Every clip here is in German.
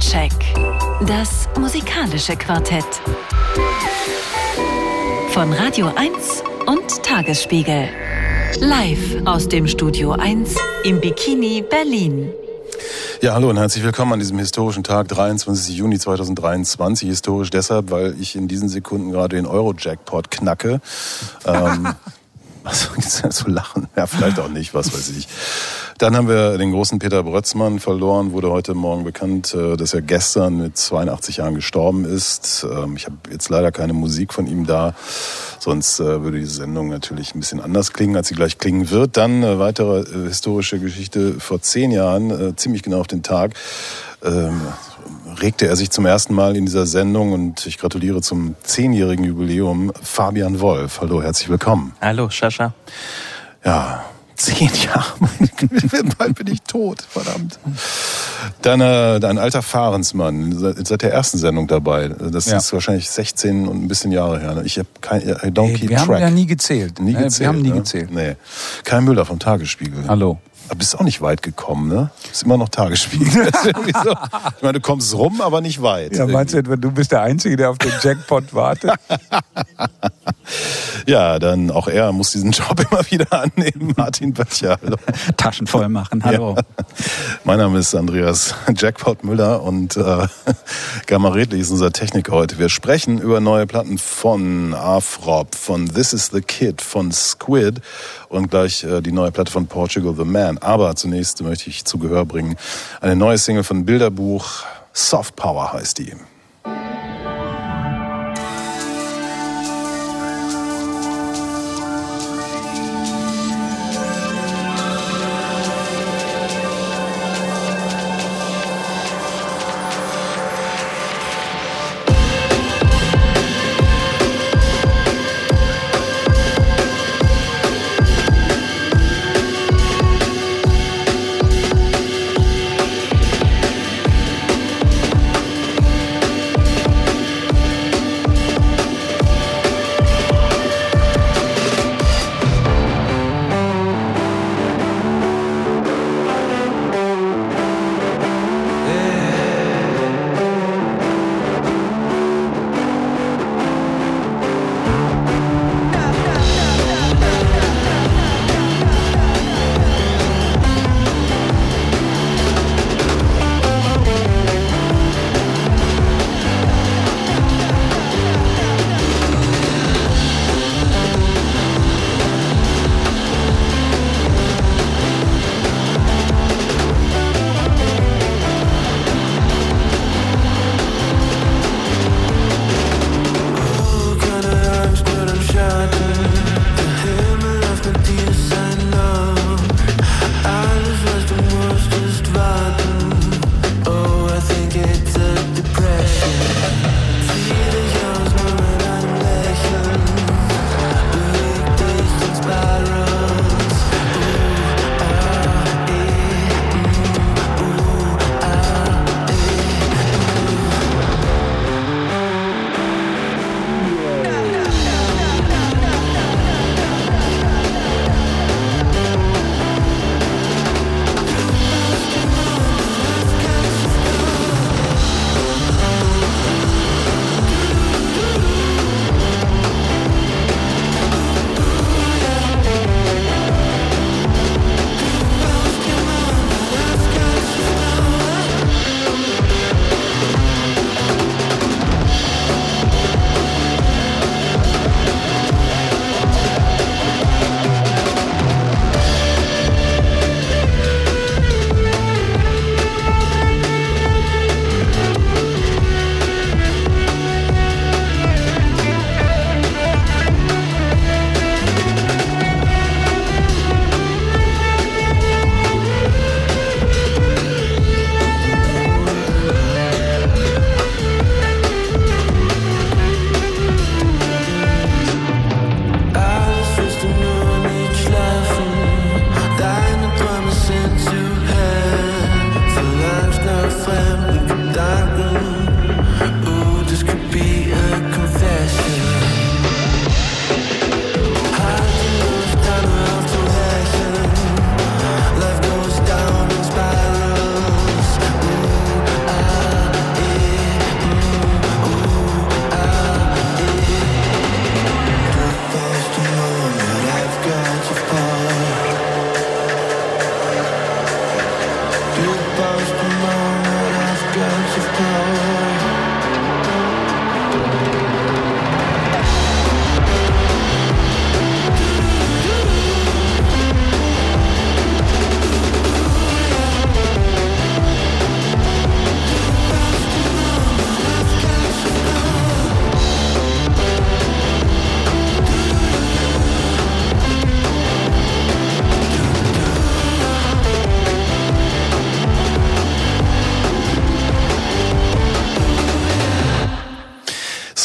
Soundcheck. Das musikalische Quartett. Von Radio 1 und Tagesspiegel. Live aus dem Studio 1 im Bikini Berlin. Ja, hallo und herzlich willkommen an diesem historischen Tag, 23. Juni 2023. Historisch deshalb, weil ich in diesen Sekunden gerade den Euro-Jackpot knacke. Was gibt's denn zu lachen? Ja, vielleicht auch nicht, was weiß ich. Dann haben wir den großen Peter Brötzmann verloren, wurde heute Morgen bekannt, dass er gestern mit 82 Jahren gestorben ist. Ich habe jetzt leider keine Musik von ihm da, sonst würde die Sendung natürlich ein bisschen anders klingen, als sie gleich klingen wird. Dann weitere historische Geschichte. Vor 10 Jahren, ziemlich genau auf den Tag, regte er sich zum ersten Mal in dieser Sendung und ich gratuliere zum 10-jährigen Jubiläum Fabian Wolf. Hallo, herzlich willkommen. Hallo, Sascha. Ja, 10 Jahre, bald bin ich tot, verdammt. Dann ein alter Fahrensmann, seit der ersten Sendung dabei. Das ist wahrscheinlich 16 und ein bisschen Jahre her. Ich habe wir haben ja nie gezählt. Wir haben nie gezählt. Nee. Kai Müller vom Tagesspiegel. Hallo. Du bist auch nicht weit gekommen, ne? Du bist immer noch Tagesspiegel. So. Ich meine, du kommst rum, aber nicht weit. Ja, meinst du etwa, du bist der Einzige, der auf den Jackpot wartet? Ja, dann auch er muss diesen Job immer wieder annehmen. Martin Böttcher, hallo. Taschen voll machen, hallo. Ja. Mein Name ist Andreas Jackpot Müller und Gamma Redlich ist unser Techniker heute. Wir sprechen über neue Platten von Afrop, von This Is The Kid, von Squid und gleich die neue Platte von Portugal The Man. Aber zunächst möchte ich zu Gehör bringen eine neue Single von Bilderbuch, Soft Power heißt die.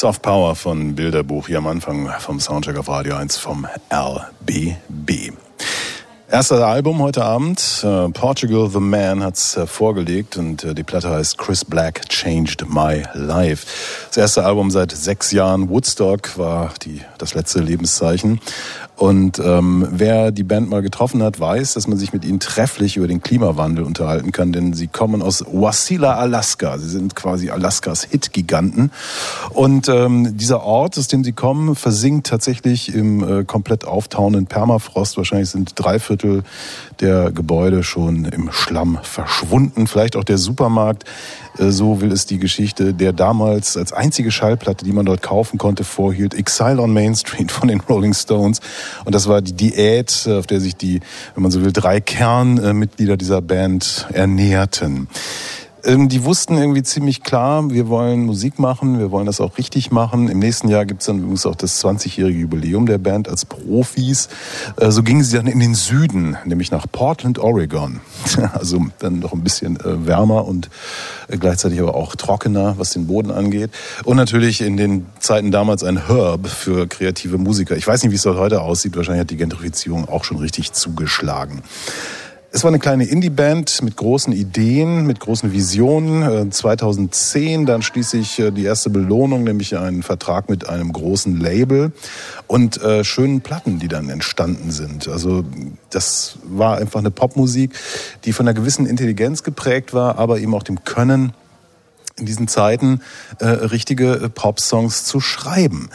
Soft Power von Bilderbuch hier am Anfang vom Soundcheck auf Radio 1 vom RBB. Erster Album heute Abend, Portugal The Man hat's vorgelegt und die Platte heißt Chris Black Changed My Life. Das erste Album seit 6 Jahren, Woodstock war das letzte Lebenszeichen. Und wer die Band mal getroffen hat, weiß, dass man sich mit ihnen trefflich über den Klimawandel unterhalten kann, denn sie kommen aus Wasilla, Alaska. Sie sind quasi Alaskas Hit-Giganten. Und dieser Ort, aus dem sie kommen, versinkt tatsächlich im komplett auftauenden Permafrost. Wahrscheinlich sind 3/4 der Gebäude schon im Schlamm verschwunden. Vielleicht auch der Supermarkt. So will es die Geschichte, der damals als einzige Schallplatte, die man dort kaufen konnte, vorhielt, Exile on Main Street von den Rolling Stones. Und das war die Diät, auf der sich die, wenn man so will, 3 Kernmitglieder dieser Band ernährten. Die wussten irgendwie ziemlich klar, wir wollen Musik machen, wir wollen das auch richtig machen. Im nächsten Jahr gibt es dann übrigens auch das 20-jährige Jubiläum der Band als Profis. So gingen sie dann in den Süden, nämlich nach Portland, Oregon. Also dann noch ein bisschen wärmer und gleichzeitig aber auch trockener, was den Boden angeht. Und natürlich in den Zeiten damals ein Hub für kreative Musiker. Ich weiß nicht, wie es dort heute aussieht. Wahrscheinlich hat die Gentrifizierung auch schon richtig zugeschlagen. Es war eine kleine Indie-Band mit großen Ideen, mit großen Visionen. 2010 dann schließlich die erste Belohnung, nämlich einen Vertrag mit einem großen Label und schönen Platten, die dann entstanden sind. Also das war einfach eine Popmusik, die von einer gewissen Intelligenz geprägt war, aber eben auch dem Können, in diesen Zeiten richtige Pop-Songs zu schreiben.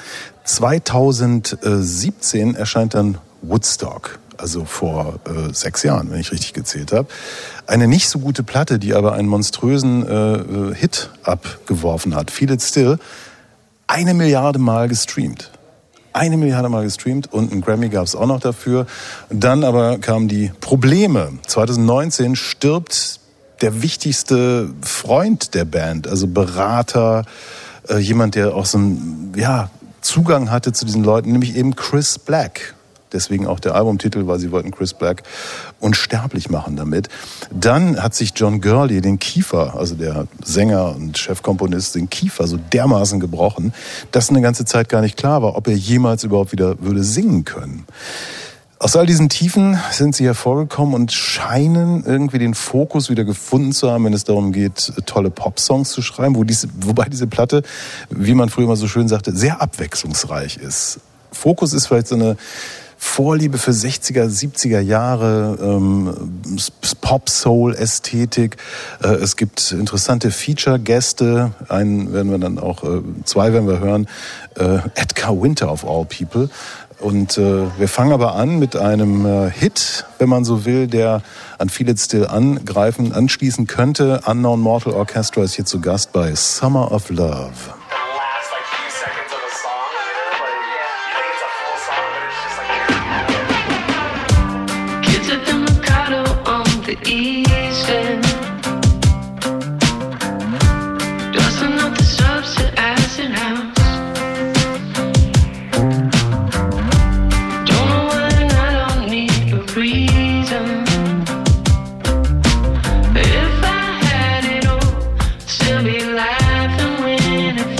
2017 erscheint dann Woodstock. Also vor 6 Jahren, wenn ich richtig gezählt habe. Eine nicht so gute Platte, die aber einen monströsen Hit abgeworfen hat. Feel It Still. 1 Milliarde Mal gestreamt. 1 Milliarde Mal gestreamt und einen Grammy gab es auch noch dafür. Dann aber kamen die Probleme. 2019 stirbt der wichtigste Freund der Band, also Berater, jemand, der auch so einen Zugang hatte zu diesen Leuten, nämlich eben Chris Black. Deswegen auch der Albumtitel, weil sie wollten Chris Black unsterblich machen damit. Dann hat sich John Gurley den Kiefer, also der Sänger und Chefkomponist, den Kiefer so dermaßen gebrochen, dass eine ganze Zeit gar nicht klar war, ob er jemals überhaupt wieder würde singen können. Aus all diesen Tiefen sind sie hervorgekommen und scheinen irgendwie den Fokus wieder gefunden zu haben, wenn es darum geht, tolle Popsongs zu schreiben, wobei diese Platte, wie man früher immer so schön sagte, sehr abwechslungsreich ist. Fokus ist vielleicht so eine Vorliebe für 60er, 70er Jahre, Pop-Soul-Ästhetik. Es gibt interessante Feature-Gäste. Einen werden wir dann auch, 2 werden wir hören. Edgar Winter of all people. Und wir fangen aber an mit einem Hit, wenn man so will, der an Feel It Still anschließen könnte. Unknown Mortal Orchestra ist hier zu Gast bei Summer of Love. Still be laughing when it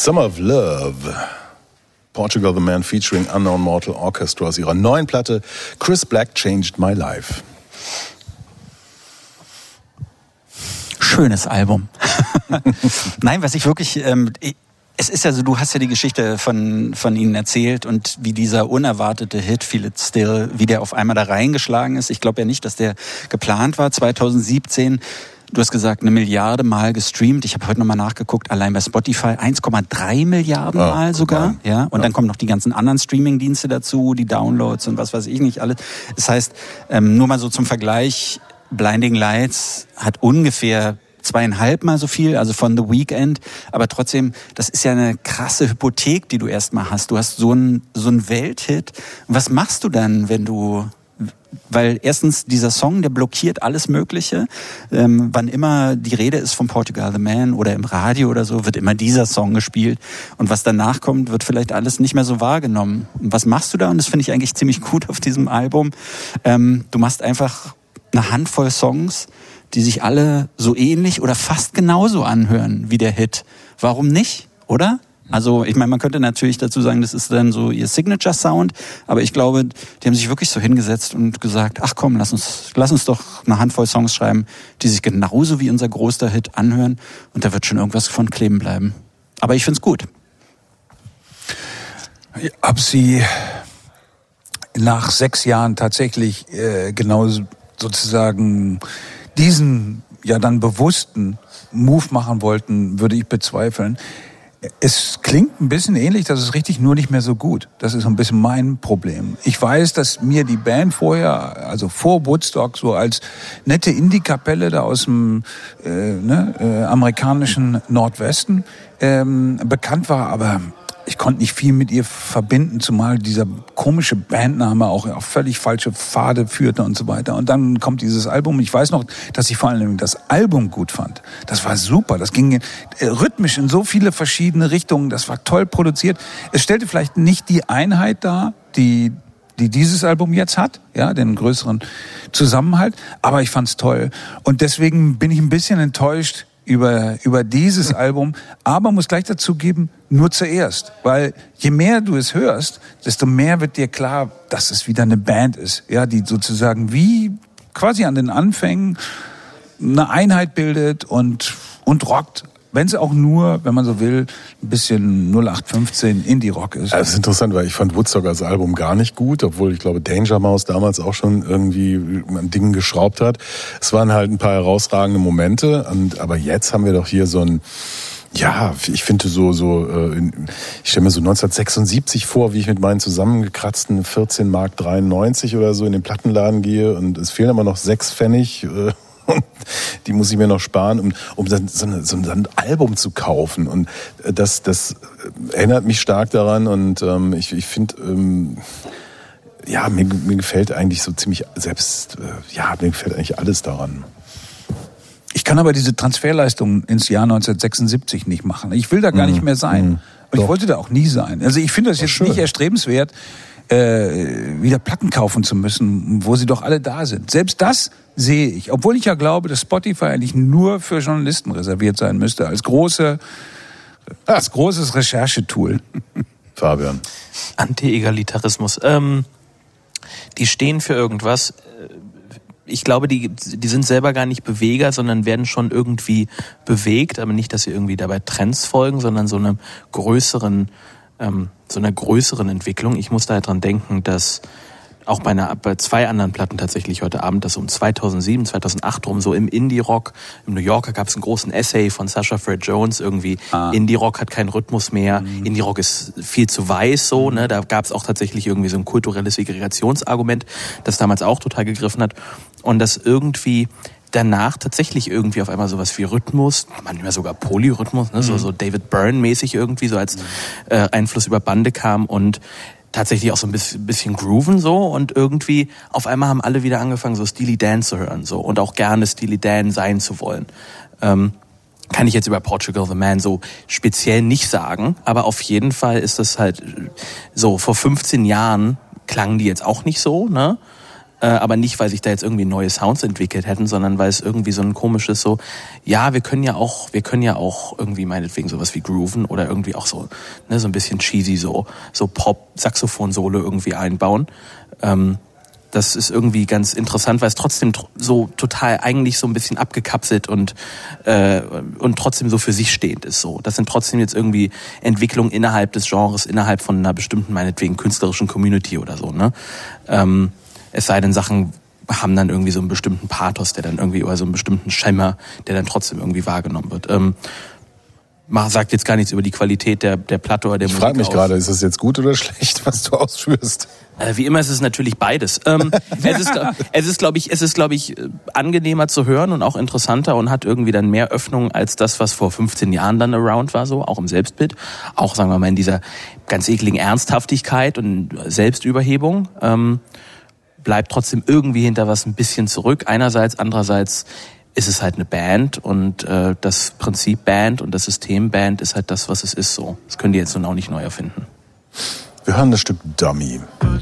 Summer of Love. Portugal the Man featuring Unknown Mortal Orchestra aus ihrer neuen Platte Chris Black Changed My Life. Schönes Album. Nein, was ich wirklich... es ist ja so, du hast ja die Geschichte von ihnen erzählt und wie dieser unerwartete Hit Feel It Still, wie der auf einmal da reingeschlagen ist. Ich glaube ja nicht, dass der geplant war. 2017, du hast gesagt, 1 Milliarde Mal gestreamt. Ich habe heute nochmal nachgeguckt, allein bei Spotify 1,3 Milliarden Mal sogar. Ja, und dann kommen noch die ganzen anderen Streaming-Dienste dazu, die Downloads und was weiß ich nicht alles. Das heißt, nur mal so zum Vergleich, Blinding Lights hat ungefähr 2,5 Mal so viel, also von The Weeknd. Aber trotzdem, das ist ja eine krasse Hypothek, die du erstmal hast. Du hast so einen Welthit. Was machst du dann, wenn du... Weil erstens, dieser Song, der blockiert alles Mögliche. Wann immer die Rede ist von Portugal the Man oder im Radio oder so, wird immer dieser Song gespielt. Und was danach kommt, wird vielleicht alles nicht mehr so wahrgenommen. Und was machst du da? Und das finde ich eigentlich ziemlich gut auf diesem Album. Du machst einfach eine Handvoll Songs, die sich alle so ähnlich oder fast genauso anhören wie der Hit. Warum nicht, oder? Also ich meine, man könnte natürlich dazu sagen, das ist dann so ihr Signature-Sound, aber ich glaube, die haben sich wirklich so hingesetzt und gesagt, ach komm, lass uns doch eine Handvoll Songs schreiben, die sich genauso wie unser größter Hit anhören und da wird schon irgendwas von kleben bleiben. Aber ich find's gut. Ob sie nach 6 Jahren tatsächlich genau sozusagen diesen ja dann bewussten Move machen wollten, würde ich bezweifeln. Es klingt ein bisschen ähnlich, das ist richtig, nur nicht mehr so gut. Das ist so ein bisschen mein Problem. Ich weiß, dass mir die Band vorher, also vor Woodstock, so als nette Indie-Kapelle da aus dem amerikanischen Nordwesten bekannt war, aber ich konnte nicht viel mit ihr verbinden, zumal dieser komische Bandname auch auf völlig falsche Pfade führte und so weiter. Und dann kommt dieses Album. Ich weiß noch, dass ich vor allem das Album gut fand. Das war super. Das ging rhythmisch in so viele verschiedene Richtungen. Das war toll produziert. Es stellte vielleicht nicht die Einheit dar, die dieses Album jetzt hat, ja, den größeren Zusammenhalt. Aber ich fand's toll. Und deswegen bin ich ein bisschen enttäuscht über dieses Album, aber muss gleich dazu geben, nur zuerst. Weil je mehr du es hörst, desto mehr wird dir klar, dass es wieder eine Band ist, ja, die sozusagen wie quasi an den Anfängen eine Einheit bildet und rockt. Wenn es auch nur, wenn man so will, ein bisschen 0815 Indie-Rock ist. Das ist interessant, weil ich fand Woodstock als Album gar nicht gut, obwohl ich glaube, Danger Mouse damals auch schon irgendwie an Dingen geschraubt hat. Es waren halt ein paar herausragende Momente, aber jetzt haben wir doch hier so ein, ja, ich finde ich stelle mir so 1976 vor, wie ich mit meinen zusammengekratzten 14,93 Mark oder so in den Plattenladen gehe und es fehlen immer noch 6 Pfennig, die muss ich mir noch sparen, um dann so ein Album zu kaufen. Und das erinnert mich stark daran. Und ich finde, mir gefällt eigentlich so ziemlich mir gefällt eigentlich alles daran. Ich kann aber diese Transferleistung ins Jahr 1976 nicht machen. Ich will da gar nicht mehr sein. Und ich wollte da auch nie sein. Also ich finde das jetzt nicht erstrebenswert, wieder Platten kaufen zu müssen, wo sie doch alle da sind. Selbst das sehe ich, obwohl ich ja glaube, dass Spotify eigentlich nur für Journalisten reserviert sein müsste, als großes Recherchetool. Fabian. Anti-Egalitarismus. Die stehen für irgendwas. Ich glaube, die sind selber gar nicht Beweger, sondern werden schon irgendwie bewegt, aber nicht, dass sie irgendwie dabei Trends folgen, sondern so einer größeren Entwicklung. Ich muss da dran denken, dass auch bei 2 anderen Platten tatsächlich heute Abend, das um 2007, 2008 rum, so im Indie-Rock, im New Yorker gab es einen großen Essay von Sasha Fred Jones, irgendwie Indie-Rock hat keinen Rhythmus mehr, Indie-Rock ist viel zu weiß, so, ne, da gab es auch tatsächlich irgendwie so ein kulturelles Segregationsargument, das damals auch total gegriffen hat und das irgendwie danach tatsächlich irgendwie auf einmal sowas wie Rhythmus, manchmal sogar Polyrhythmus, ne, so David Byrne-mäßig irgendwie, so als Einfluss über Bande kam und tatsächlich auch so ein bisschen grooven so und irgendwie auf einmal haben alle wieder angefangen, so Steely Dan zu hören so und auch gerne Steely Dan sein zu wollen. Kann ich jetzt über Portugal the Man so speziell nicht sagen, aber auf jeden Fall ist das halt so, vor 15 Jahren klangen die jetzt auch nicht so, ne? aber nicht, weil sich da jetzt irgendwie neue Sounds entwickelt hätten, sondern weil es irgendwie so ein komisches so, ja, wir können ja auch irgendwie meinetwegen sowas wie grooven oder irgendwie auch so, ne, so ein bisschen cheesy so Pop-Saxophon-Solo irgendwie einbauen. Das ist irgendwie ganz interessant, weil es trotzdem so total eigentlich so ein bisschen abgekapselt und trotzdem so für sich stehend ist. So, das sind trotzdem jetzt irgendwie Entwicklungen innerhalb des Genres, innerhalb von einer bestimmten meinetwegen künstlerischen Community oder so. Ne? Es sei denn, Sachen haben dann irgendwie so einen bestimmten Pathos, der dann irgendwie oder so einen bestimmten Schemmer, der dann trotzdem irgendwie wahrgenommen wird. Sagt jetzt gar nichts über die Qualität der Platte oder der Musik. Ich frage mich gerade, ist das jetzt gut oder schlecht, was du ausführst? Wie immer ist es natürlich beides. Es ist, glaube ich, angenehmer zu hören und auch interessanter und hat irgendwie dann mehr Öffnung als das, was vor 15 Jahren dann around war, so, auch im Selbstbild. Auch, sagen wir mal, in dieser ganz ekligen Ernsthaftigkeit und Selbstüberhebung. Bleibt trotzdem irgendwie hinter was ein bisschen zurück. Einerseits, andererseits ist es halt eine Band und das Prinzip Band und das System Band ist halt das, was es ist so. Das können die jetzt nun auch nicht neu erfinden. Wir hören das Stück Dummy.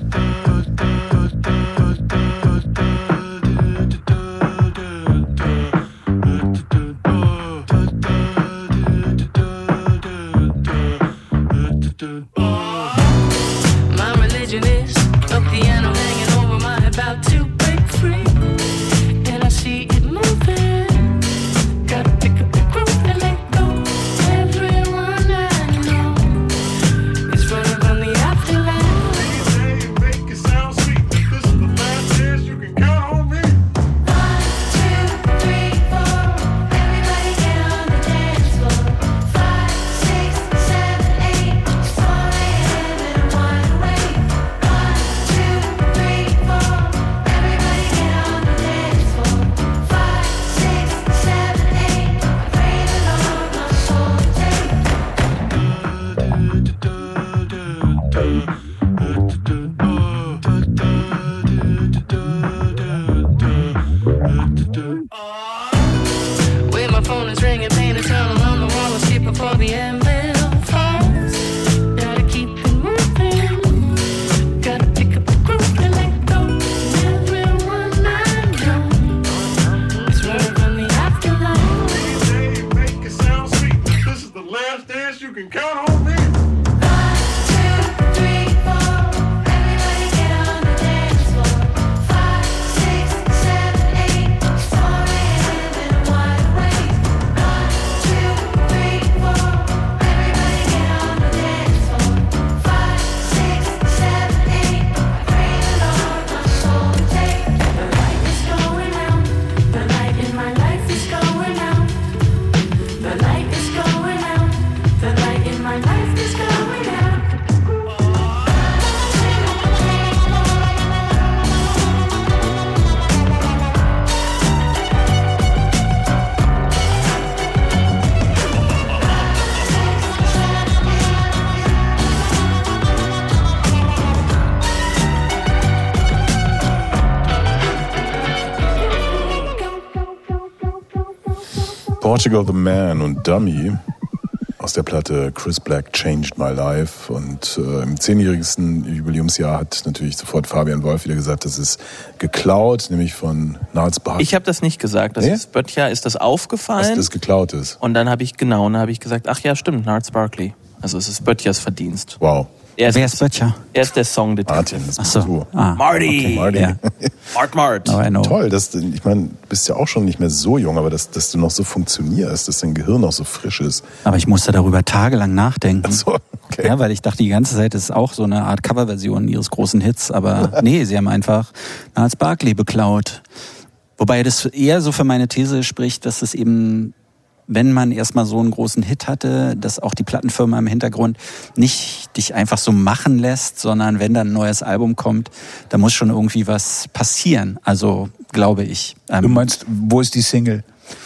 Portugal the Man und Dummy aus der Platte Chris Black Changed My Life. Und im 10-jährigsten Jubiläumsjahr hat natürlich sofort Fabian Wolf wieder gesagt, das ist geklaut, nämlich von Gnarls Barkley. Ich habe das nicht gesagt. Das ist Böttcher, ist das aufgefallen. Dass das geklaut ist. Und dann habe ich gesagt, ach ja, stimmt, Gnarls Barkley. Also es ist Böttchers Verdienst. Wow. Wer ist Böttcher? Er ist der Song-Detective. Martin, das bist du. Marty! Okay, Marty. Ja. Mart. Toll, ich meine, du bist ja auch schon nicht mehr so jung, aber dass du noch so funktionierst, dass dein Gehirn noch so frisch ist. Aber ich musste darüber tagelang nachdenken. Ach so, okay. Ja, weil ich dachte, die ganze Zeit ist auch so eine Art Coverversion ihres großen Hits, aber nee, sie haben einfach Gnarls Barkley beklaut. Wobei das eher so für meine These spricht, dass es eben, wenn man erstmal so einen großen Hit hatte, dass auch die Plattenfirma im Hintergrund nicht dich einfach so machen lässt, sondern wenn dann ein neues Album kommt, da muss schon irgendwie was passieren. Also, glaube ich. Du meinst, wo ist die Single?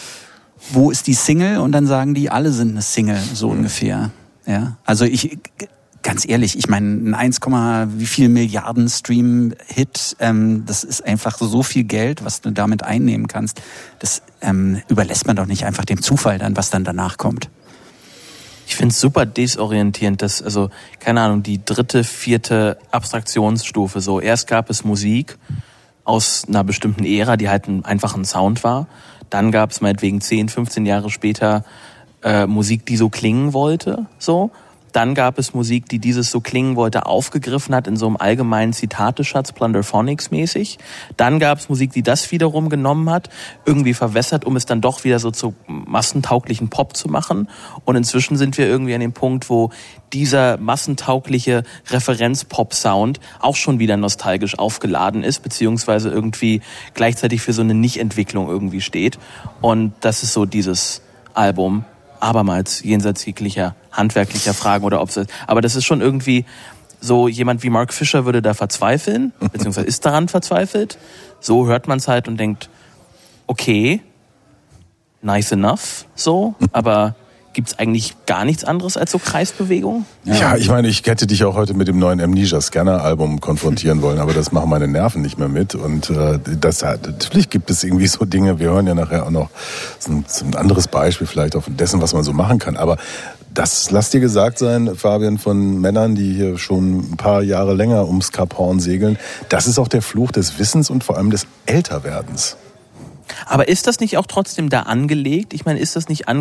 Wo ist die Single? Und dann sagen die, alle sind eine Single, so ungefähr. Ja. Also ganz ehrlich, ich meine, ein 1, wie viel Milliarden Stream-Hit, das ist einfach so viel Geld, was du damit einnehmen kannst. Das überlässt man doch nicht einfach dem Zufall dann, was dann danach kommt. Ich finde es super desorientierend, dass, also, keine Ahnung, die 3., 4. Abstraktionsstufe so. Erst gab es Musik, aus einer bestimmten Ära, die halt einfach ein Sound war. Dann gab es meinetwegen 10, 15 Jahre später Musik, die so klingen wollte, so. Dann gab es Musik, die dieses so klingen wollte, aufgegriffen hat in so einem allgemeinen Zitateschatz, Plunderphonics mäßig. Dann gab es Musik, die das wiederum genommen hat, irgendwie verwässert, um es dann doch wieder so zu massentauglichen Pop zu machen. Und inzwischen sind wir irgendwie an dem Punkt, wo dieser massentaugliche Referenz-Pop-Sound auch schon wieder nostalgisch aufgeladen ist, beziehungsweise irgendwie gleichzeitig für so eine Nicht-Entwicklung irgendwie steht. Und das ist so dieses Album. Abermals jenseits jeglicher handwerklicher Fragen oder ob es, aber das ist schon irgendwie so, jemand wie Mark Fisher würde da verzweifeln, beziehungsweise ist daran verzweifelt. So hört man es halt und denkt, okay, nice enough, so, aber gibt's eigentlich gar nichts anderes als so Kreisbewegung? Ja, ich meine, ich hätte dich auch heute mit dem neuen Amnesia Scanner Album konfrontieren wollen, aber das machen meine Nerven nicht mehr mit. Und natürlich gibt es irgendwie so Dinge, wir hören ja nachher auch noch so ein anderes Beispiel vielleicht auch von dessen, was man so machen kann. Aber das lass dir gesagt sein, Fabian, von Männern, die hier schon ein paar Jahre länger ums Kap Horn segeln. Das ist auch der Fluch des Wissens und vor allem des Älterwerdens. Aber ist das nicht auch trotzdem da angelegt? Ich meine, ist das nicht,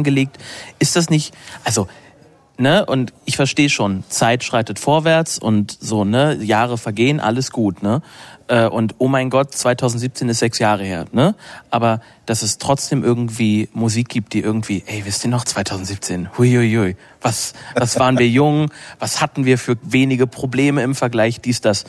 also, ne, und ich verstehe schon, Zeit schreitet vorwärts und so, ne, Jahre vergehen, alles gut, ne? Und oh mein Gott, 2017 ist 6 Jahre her, ne? Aber dass es trotzdem irgendwie Musik gibt, die irgendwie, ey, wisst ihr noch, 2017, huiuiui, was waren wir jung, was hatten wir für wenige Probleme im Vergleich, das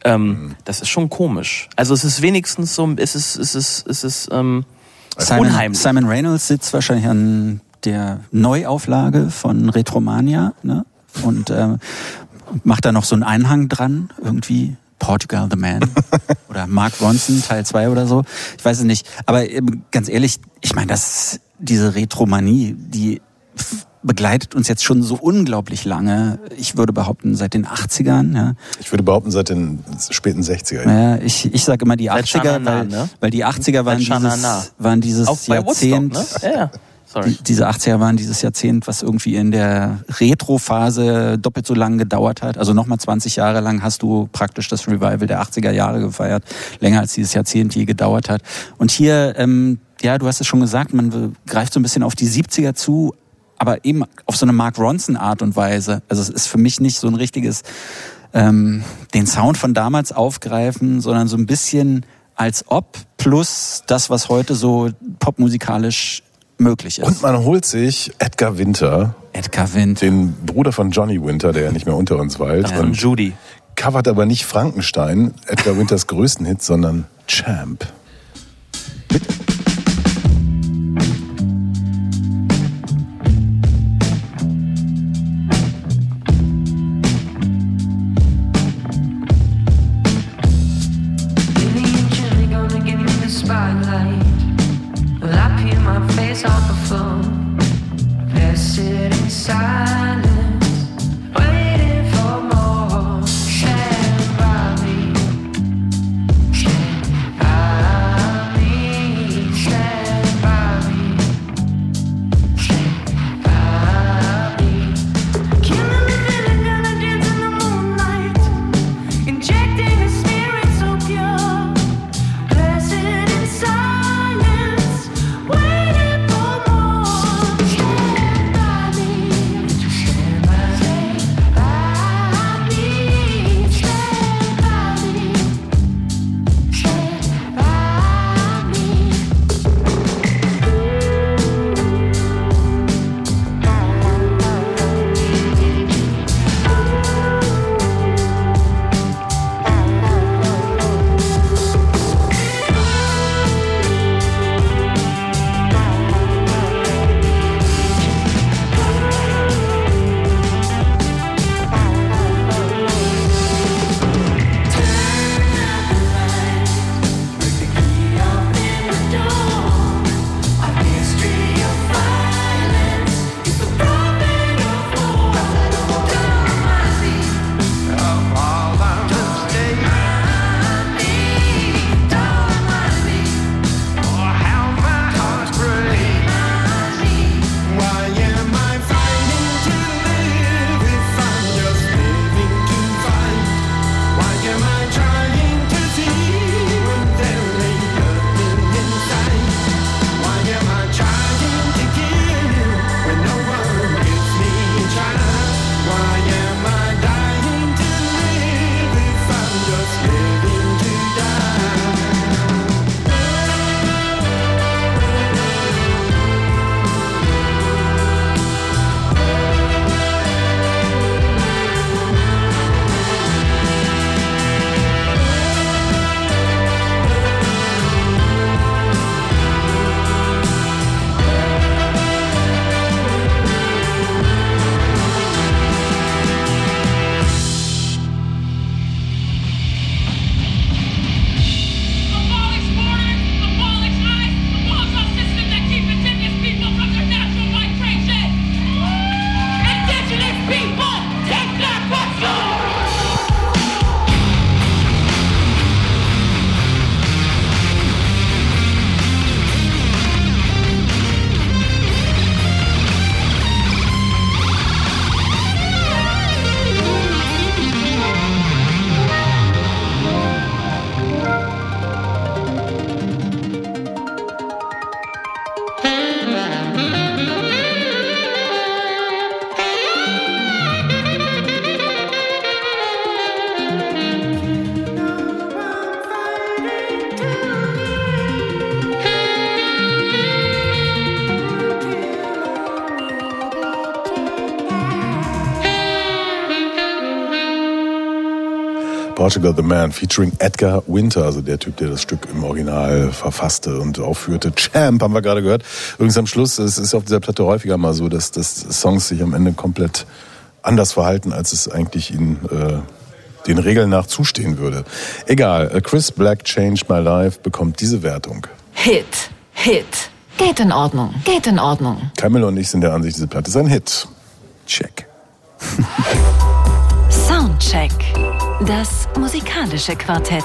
ist schon komisch. Also es ist wenigstens so, es ist unheimlich. Simon Reynolds sitzt wahrscheinlich an der Neuauflage von Retromania, ne? Und macht da noch so einen Einhang dran, irgendwie Portugal the Man oder Mark Ronson Teil 2 oder so. Ich weiß es nicht. Aber ganz ehrlich, ich meine, diese Retromanie, die begleitet uns jetzt schon so unglaublich lange. Ich würde behaupten, seit den 80ern. Ja. Ich würde behaupten, seit den späten 60er. Ja, ich sage immer die 80er, weil die 80er waren dieses Jahrzehnt. Woodstock, ne? Ja. Diese 80er waren dieses Jahrzehnt, was irgendwie in der Retro-Phase doppelt so lang gedauert hat. Also nochmal 20 Jahre lang hast du praktisch das Revival der 80er Jahre gefeiert. Länger als dieses Jahrzehnt je gedauert hat. Und hier, ja, du hast es schon gesagt, man greift so ein bisschen auf die 70er zu, aber eben auf so eine Mark Ronson Art und Weise. Also es ist für mich nicht so ein richtiges den Sound von damals aufgreifen, sondern so ein bisschen als ob plus das, was heute so popmusikalisch möglich ist. Und man holt sich Edgar Winter, den Bruder von Johnny Winter, der ja nicht mehr unter uns weilt. Und Judy. Covert aber nicht Frankenstein, Edgar Winters größten Hit, sondern Champ. Mit Stand by me. Portugal the Man featuring Edgar Winter, also der Typ, der das Stück im Original verfasste und aufführte. Champ haben wir gerade gehört. Übrigens am Schluss, es ist auf dieser Platte häufiger mal so, dass Songs sich am Ende komplett anders verhalten, als es eigentlich ihnen den Regeln nach zustehen würde. Egal, Chris Black Changed My Life bekommt diese Wertung. Hit. Geht in Ordnung. Camilla und ich sind der Ansicht, diese Platte ist ein Hit. Check. Soundcheck. Das musikalische Quartett.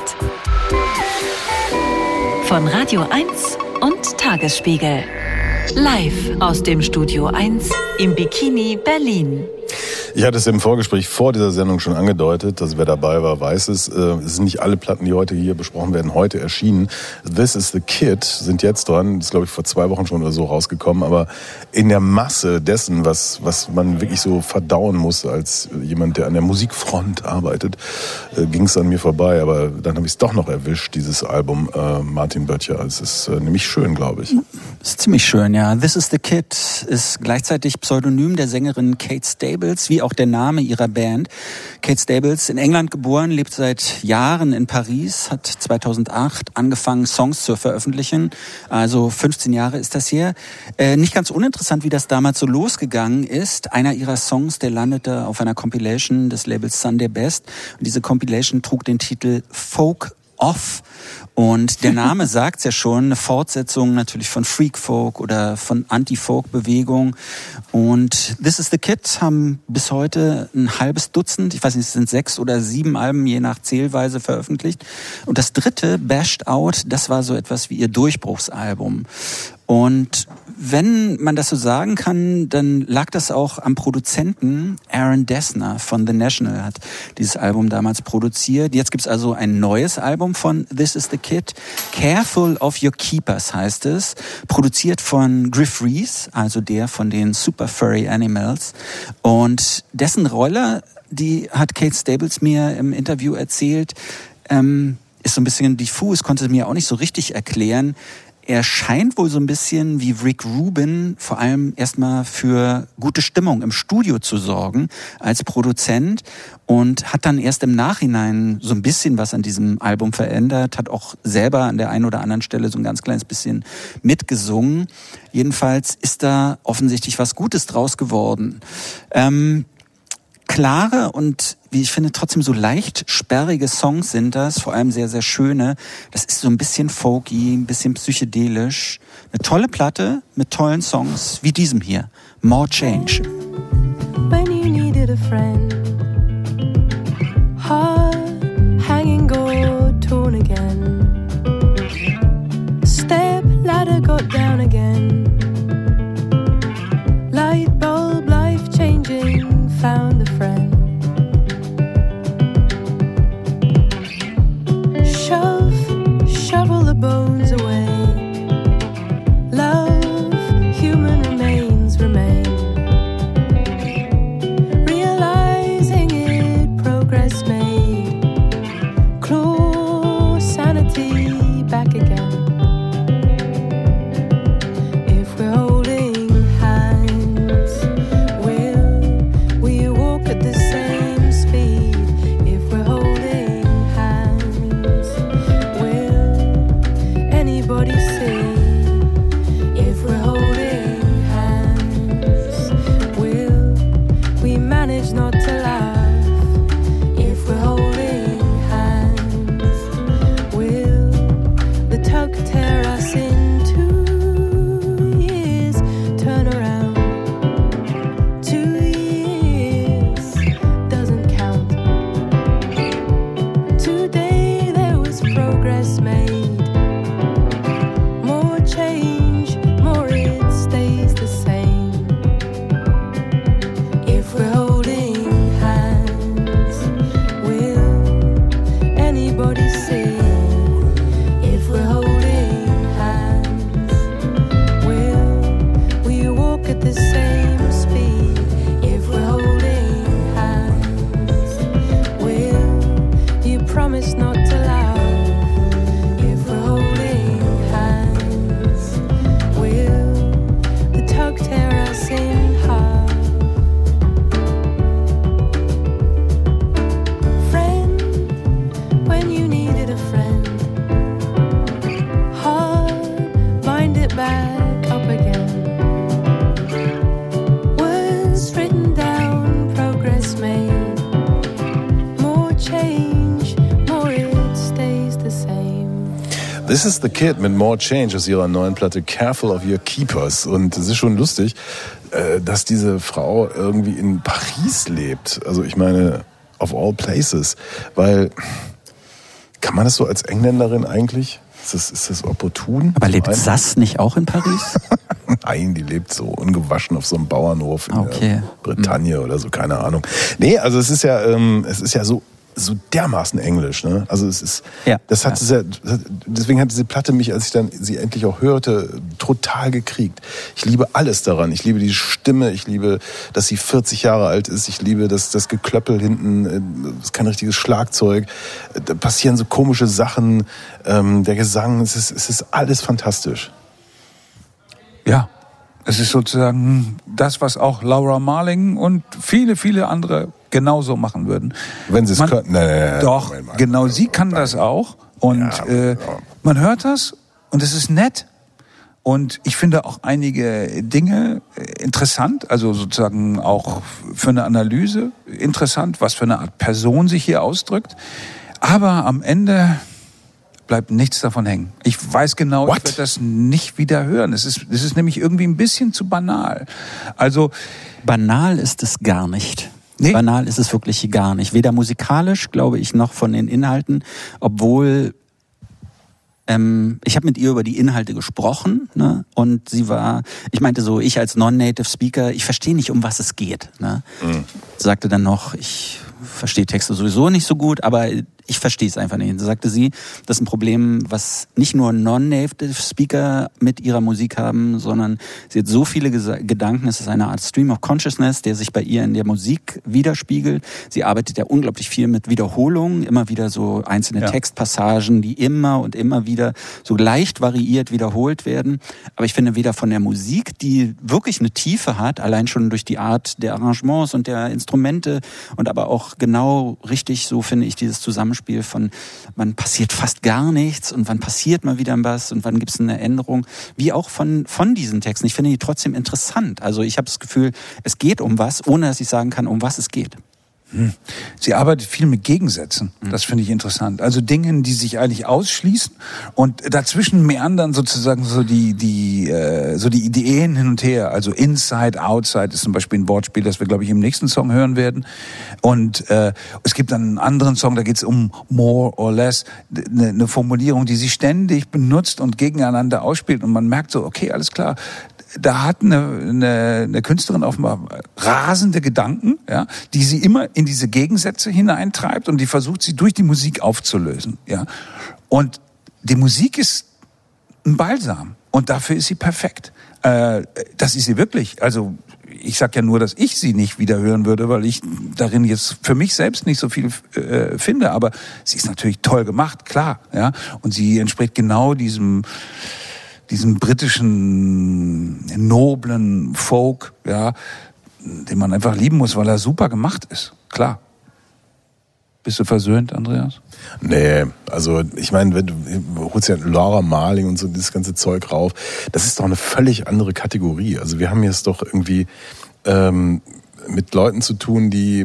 Von Radio 1 und Tagesspiegel. Live aus dem Studio 1 im Bikini Berlin. Ich hatte es im Vorgespräch vor dieser Sendung schon angedeutet, dass wer dabei war, weiß es. Es sind nicht alle Platten, die heute hier besprochen werden, heute erschienen. This is the Kid sind jetzt dran. Das ist, glaube ich, vor 2 Wochen schon oder so rausgekommen. Aber in der Masse dessen, was man wirklich so verdauen muss als jemand, der an der Musikfront arbeitet, ging es an mir vorbei. Aber dann habe ich es doch noch erwischt, dieses Album Martin Böttcher. Es ist nämlich schön, glaube ich. Ist ziemlich schön, ja. This is the Kid ist gleichzeitig Pseudonym der Sängerin Kate Stables, wie auch der Name ihrer Band. Kate Stables, in England geboren, lebt seit Jahren in Paris, hat 2008 angefangen, Songs zu veröffentlichen. Also 15 Jahre ist das her. Nicht ganz uninteressant, wie das damals so losgegangen ist. Einer ihrer Songs, der landete auf einer Compilation des Labels Sunday Best. Und diese Compilation trug den Titel Folk Off. Und der Name sagt's ja schon, eine Fortsetzung natürlich von Freak Folk oder von Anti-Folk-Bewegung. Und This is the Kid haben bis heute ein halbes Dutzend, ich weiß nicht, es sind 6 oder 7 Alben, je nach Zählweise veröffentlicht. Und das dritte, Bashed Out, das war so etwas wie ihr Durchbruchsalbum. Und wenn man das so sagen kann, dann lag das auch am Produzenten. Aaron Dessner von The National hat dieses Album damals produziert. Jetzt gibt's also ein neues Album von This is the Kid. Careful of Your Keepers heißt es. Produziert von Griff Rhys, also der von den Super Furry Animals. Und dessen Rolle, die hat Kate Stables mir im Interview erzählt, ist so ein bisschen diffus, konnte mir auch nicht so richtig erklären. Er scheint wohl so ein bisschen wie Rick Rubin vor allem erstmal für gute Stimmung im Studio zu sorgen als Produzent und hat dann erst im Nachhinein so ein bisschen was an diesem Album verändert, hat auch selber an der einen oder anderen Stelle so ein ganz kleines bisschen mitgesungen. Jedenfalls ist da offensichtlich was Gutes draus geworden. Klare und, wie ich finde, trotzdem so leicht sperrige Songs sind das, vor allem sehr, sehr schöne. Das ist so ein bisschen folky, ein bisschen psychedelisch. Eine tolle Platte mit tollen Songs, wie diesem hier, More Change. When you needed a friend, heart hanging gold torn again, step ladder got down again, light bulb life changing, found a friend. Shovel the bones away. Love, human remains remain. Realizing it, progress made. Claw sanity back again. If we're holding hands, will we walk at the same speed? If we're holding hands, will anybody see? If we're holding hands, will we manage not to laugh? If we're holding hands, will the tug tear us in 2 years? Turn around. 2 years doesn't count. Today there was progress made. More change, more it stays the same. If we're holding hands, will anybody see? If we're holding hands, will we walk at the same speed? If we're holding hands, will you promise not to laugh? If we're holding hands, will the tug tear us in half? Friend, This is the Kid mit More Change aus ihrer neuen Platte Careful of Your Keepers. Und es ist schon lustig, dass diese Frau irgendwie in Paris lebt. Also ich meine, of all places. Weil, kann man das so als Engländerin eigentlich? Ist das opportun? Aber lebt Sass nicht auch in Paris? Nein, die lebt so ungewaschen auf so einem Bauernhof in der Bretagne oder so, keine Ahnung. Nee, also es ist ja so dermaßen Englisch, ne? Also es ist, deswegen hat diese Platte mich, als ich dann sie endlich auch hörte, total gekriegt. Ich liebe alles daran. Ich liebe die Stimme, ich liebe, dass sie 40 Jahre alt ist, ich liebe das Geklöppel hinten, es ist kein richtiges Schlagzeug, da passieren so komische Sachen, der Gesang, es ist alles fantastisch. Ja. Es ist sozusagen das, was auch Laura Marling und viele, viele andere genauso machen würden. Wenn sie es könnten. Doch, genau, sie kann das auch. Und man hört das und es ist nett. Und ich finde auch einige Dinge interessant, also sozusagen auch für eine Analyse interessant, was für eine Art Person sich hier ausdrückt. Aber am Ende bleibt nichts davon hängen. Ich weiß genau, ich werde das nicht wieder hören. Es ist nämlich irgendwie ein bisschen zu banal. Also banal ist es gar nicht. Nee. Banal ist es wirklich gar nicht. Weder musikalisch, glaube ich, noch von den Inhalten, obwohl ich habe mit ihr über die Inhalte gesprochen, ne? Und ich meinte so, ich als Non-Native Speaker, ich verstehe nicht, um was es geht. Ne? Sagte dann noch, ich verstehe Texte sowieso nicht so gut, aber ich verstehe es einfach nicht. Da sagte sie, das ist ein Problem, was nicht nur Non-Native Speaker mit ihrer Musik haben, sondern sie hat so viele Gedanken, es ist eine Art Stream of Consciousness, der sich bei ihr in der Musik widerspiegelt. Sie arbeitet ja unglaublich viel mit Wiederholungen, immer wieder so einzelne Textpassagen, die immer und immer wieder so leicht variiert wiederholt werden. Aber ich finde weder von der Musik, die wirklich eine Tiefe hat, allein schon durch die Art der Arrangements und der Instrumente und aber auch genau richtig, so finde ich, dieses Zusammenspiel von, wann passiert fast gar nichts und wann passiert mal wieder was und wann gibt es eine Änderung, wie auch von diesen Texten. Ich finde die trotzdem interessant. Also ich habe das Gefühl, es geht um was, ohne dass ich sagen kann, um was es geht. Sie arbeitet viel mit Gegensätzen. Das finde ich interessant. Also Dingen, die sich eigentlich ausschließen und dazwischen meandern sozusagen so die Ideen hin und her. Also Inside, Outside ist zum Beispiel ein Wortspiel, das wir, glaube ich, im nächsten Song hören werden. Und es gibt dann einen anderen Song, da geht es um More or Less, eine Formulierung, die sie ständig benutzt und gegeneinander ausspielt. Und man merkt so, okay, alles klar, da hat eine Künstlerin offenbar rasende Gedanken, ja, die sie immer in diese Gegensätze hineintreibt und die versucht, sie durch die Musik aufzulösen. Ja. Und die Musik ist ein Balsam und dafür ist sie perfekt. Das ist sie wirklich. Also ich sag ja nur, dass ich sie nicht wieder hören würde, weil ich darin jetzt für mich selbst nicht so viel finde. Aber sie ist natürlich toll gemacht, klar. Ja. Und sie entspricht genau diesem britischen noblen Folk, ja, den man einfach lieben muss, weil er super gemacht ist. Klar. Bist du versöhnt, Andreas? Nee, also ich meine, wenn du holst ja Laura Marling und so dieses ganze Zeug rauf, das ist doch eine völlig andere Kategorie. Also wir haben jetzt doch irgendwie mit Leuten zu tun, die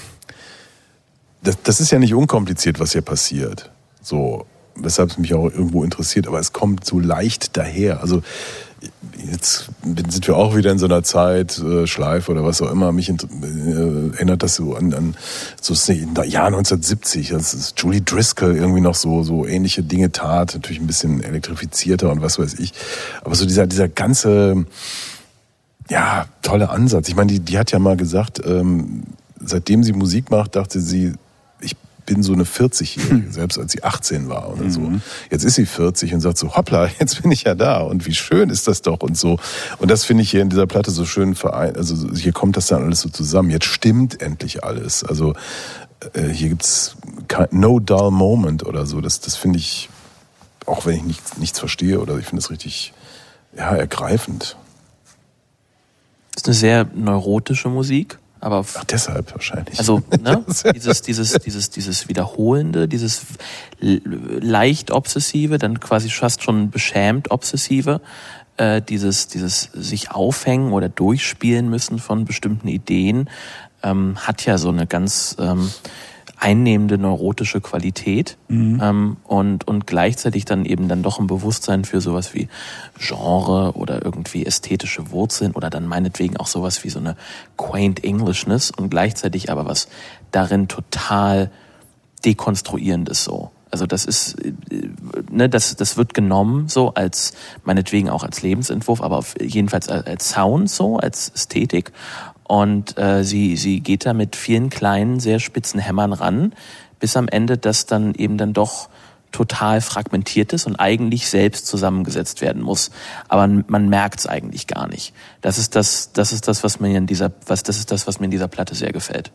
das ist ja nicht unkompliziert, was hier passiert. So, weshalb es mich auch irgendwo interessiert, aber es kommt so leicht daher. Also jetzt sind wir auch wieder in so einer Zeit, Schleife oder was auch immer, mich erinnert das so an so Jahr 1970, als Julie Driscoll irgendwie noch so ähnliche Dinge tat, natürlich ein bisschen elektrifizierter und was weiß ich, aber so dieser ganze, ja, tolle Ansatz. Ich meine, die hat ja mal gesagt, seitdem sie Musik macht, dachte sie, bin so eine 40-Jährige, selbst als sie 18 war oder so. Jetzt ist sie 40 und sagt so, hoppla, jetzt bin ich ja da und wie schön ist das doch und so. Und das finde ich hier in dieser Platte so schön vereint. Also hier kommt das dann alles so zusammen. Jetzt stimmt endlich alles. Also hier gibt's no dull moment oder so. Das finde ich, auch wenn ich nichts verstehe oder ich finde es richtig, ja, ergreifend. Das ist eine sehr neurotische Musik. Aber deshalb wahrscheinlich. Also, ne, dieses Wiederholende, dieses leicht Obsessive, dann quasi fast schon beschämt Obsessive, dieses sich aufhängen oder durchspielen müssen von bestimmten Ideen, hat ja so eine ganz einnehmende neurotische Qualität und gleichzeitig dann eben dann doch ein Bewusstsein für sowas wie Genre oder irgendwie ästhetische Wurzeln oder dann meinetwegen auch sowas wie so eine quaint Englishness und gleichzeitig aber was darin total dekonstruierendes so. Also das ist, ne, das wird genommen so als, meinetwegen auch als Lebensentwurf, aber jedenfalls als Sound so, als Ästhetik. Und sie geht da mit vielen kleinen, sehr spitzen Hämmern ran, bis am Ende das dann eben dann doch total fragmentiert ist und eigentlich selbst zusammengesetzt werden muss. Aber man merkt es eigentlich gar nicht. Das ist das, was mir in dieser Platte sehr gefällt.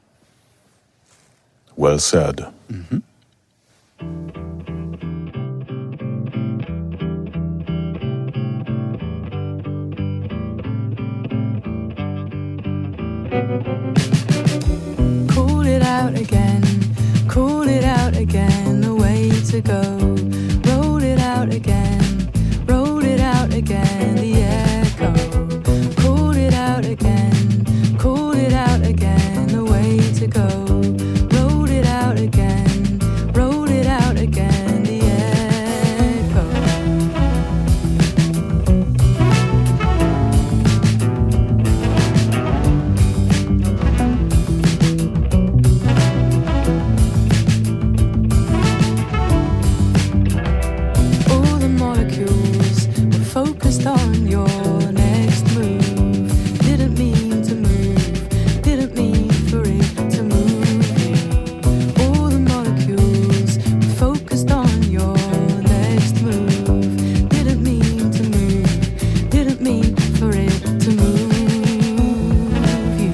Well said. Mhm. Call it out again, the way to go. Roll it out again, the echo. Call it out again, the way to go. Roll it out again, the echo. All the molecules were focused on your next move. Didn't mean to move, didn't mean for it to move you. All the molecules were focused on your next move. Didn't mean to move, didn't mean for it to move you.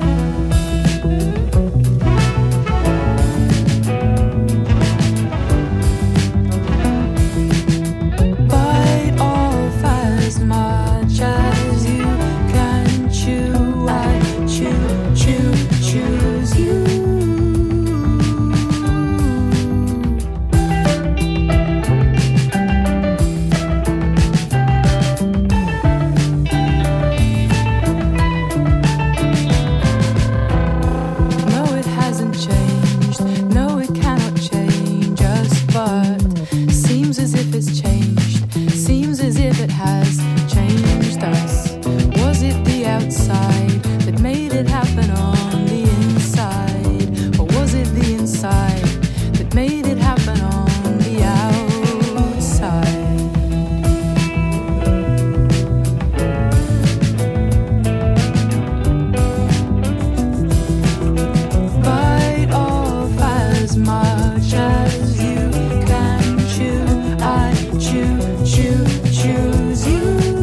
Bite off as much as you can chew. I choose you. No, it hasn't changed. No, it cannot change us, but seems as if it's changed. Seems as if it has changed us. Was it the outside that made it happen on the inside? Or was it the inside that made it happen on the outside? Bite off as much as you can chew. I choose you.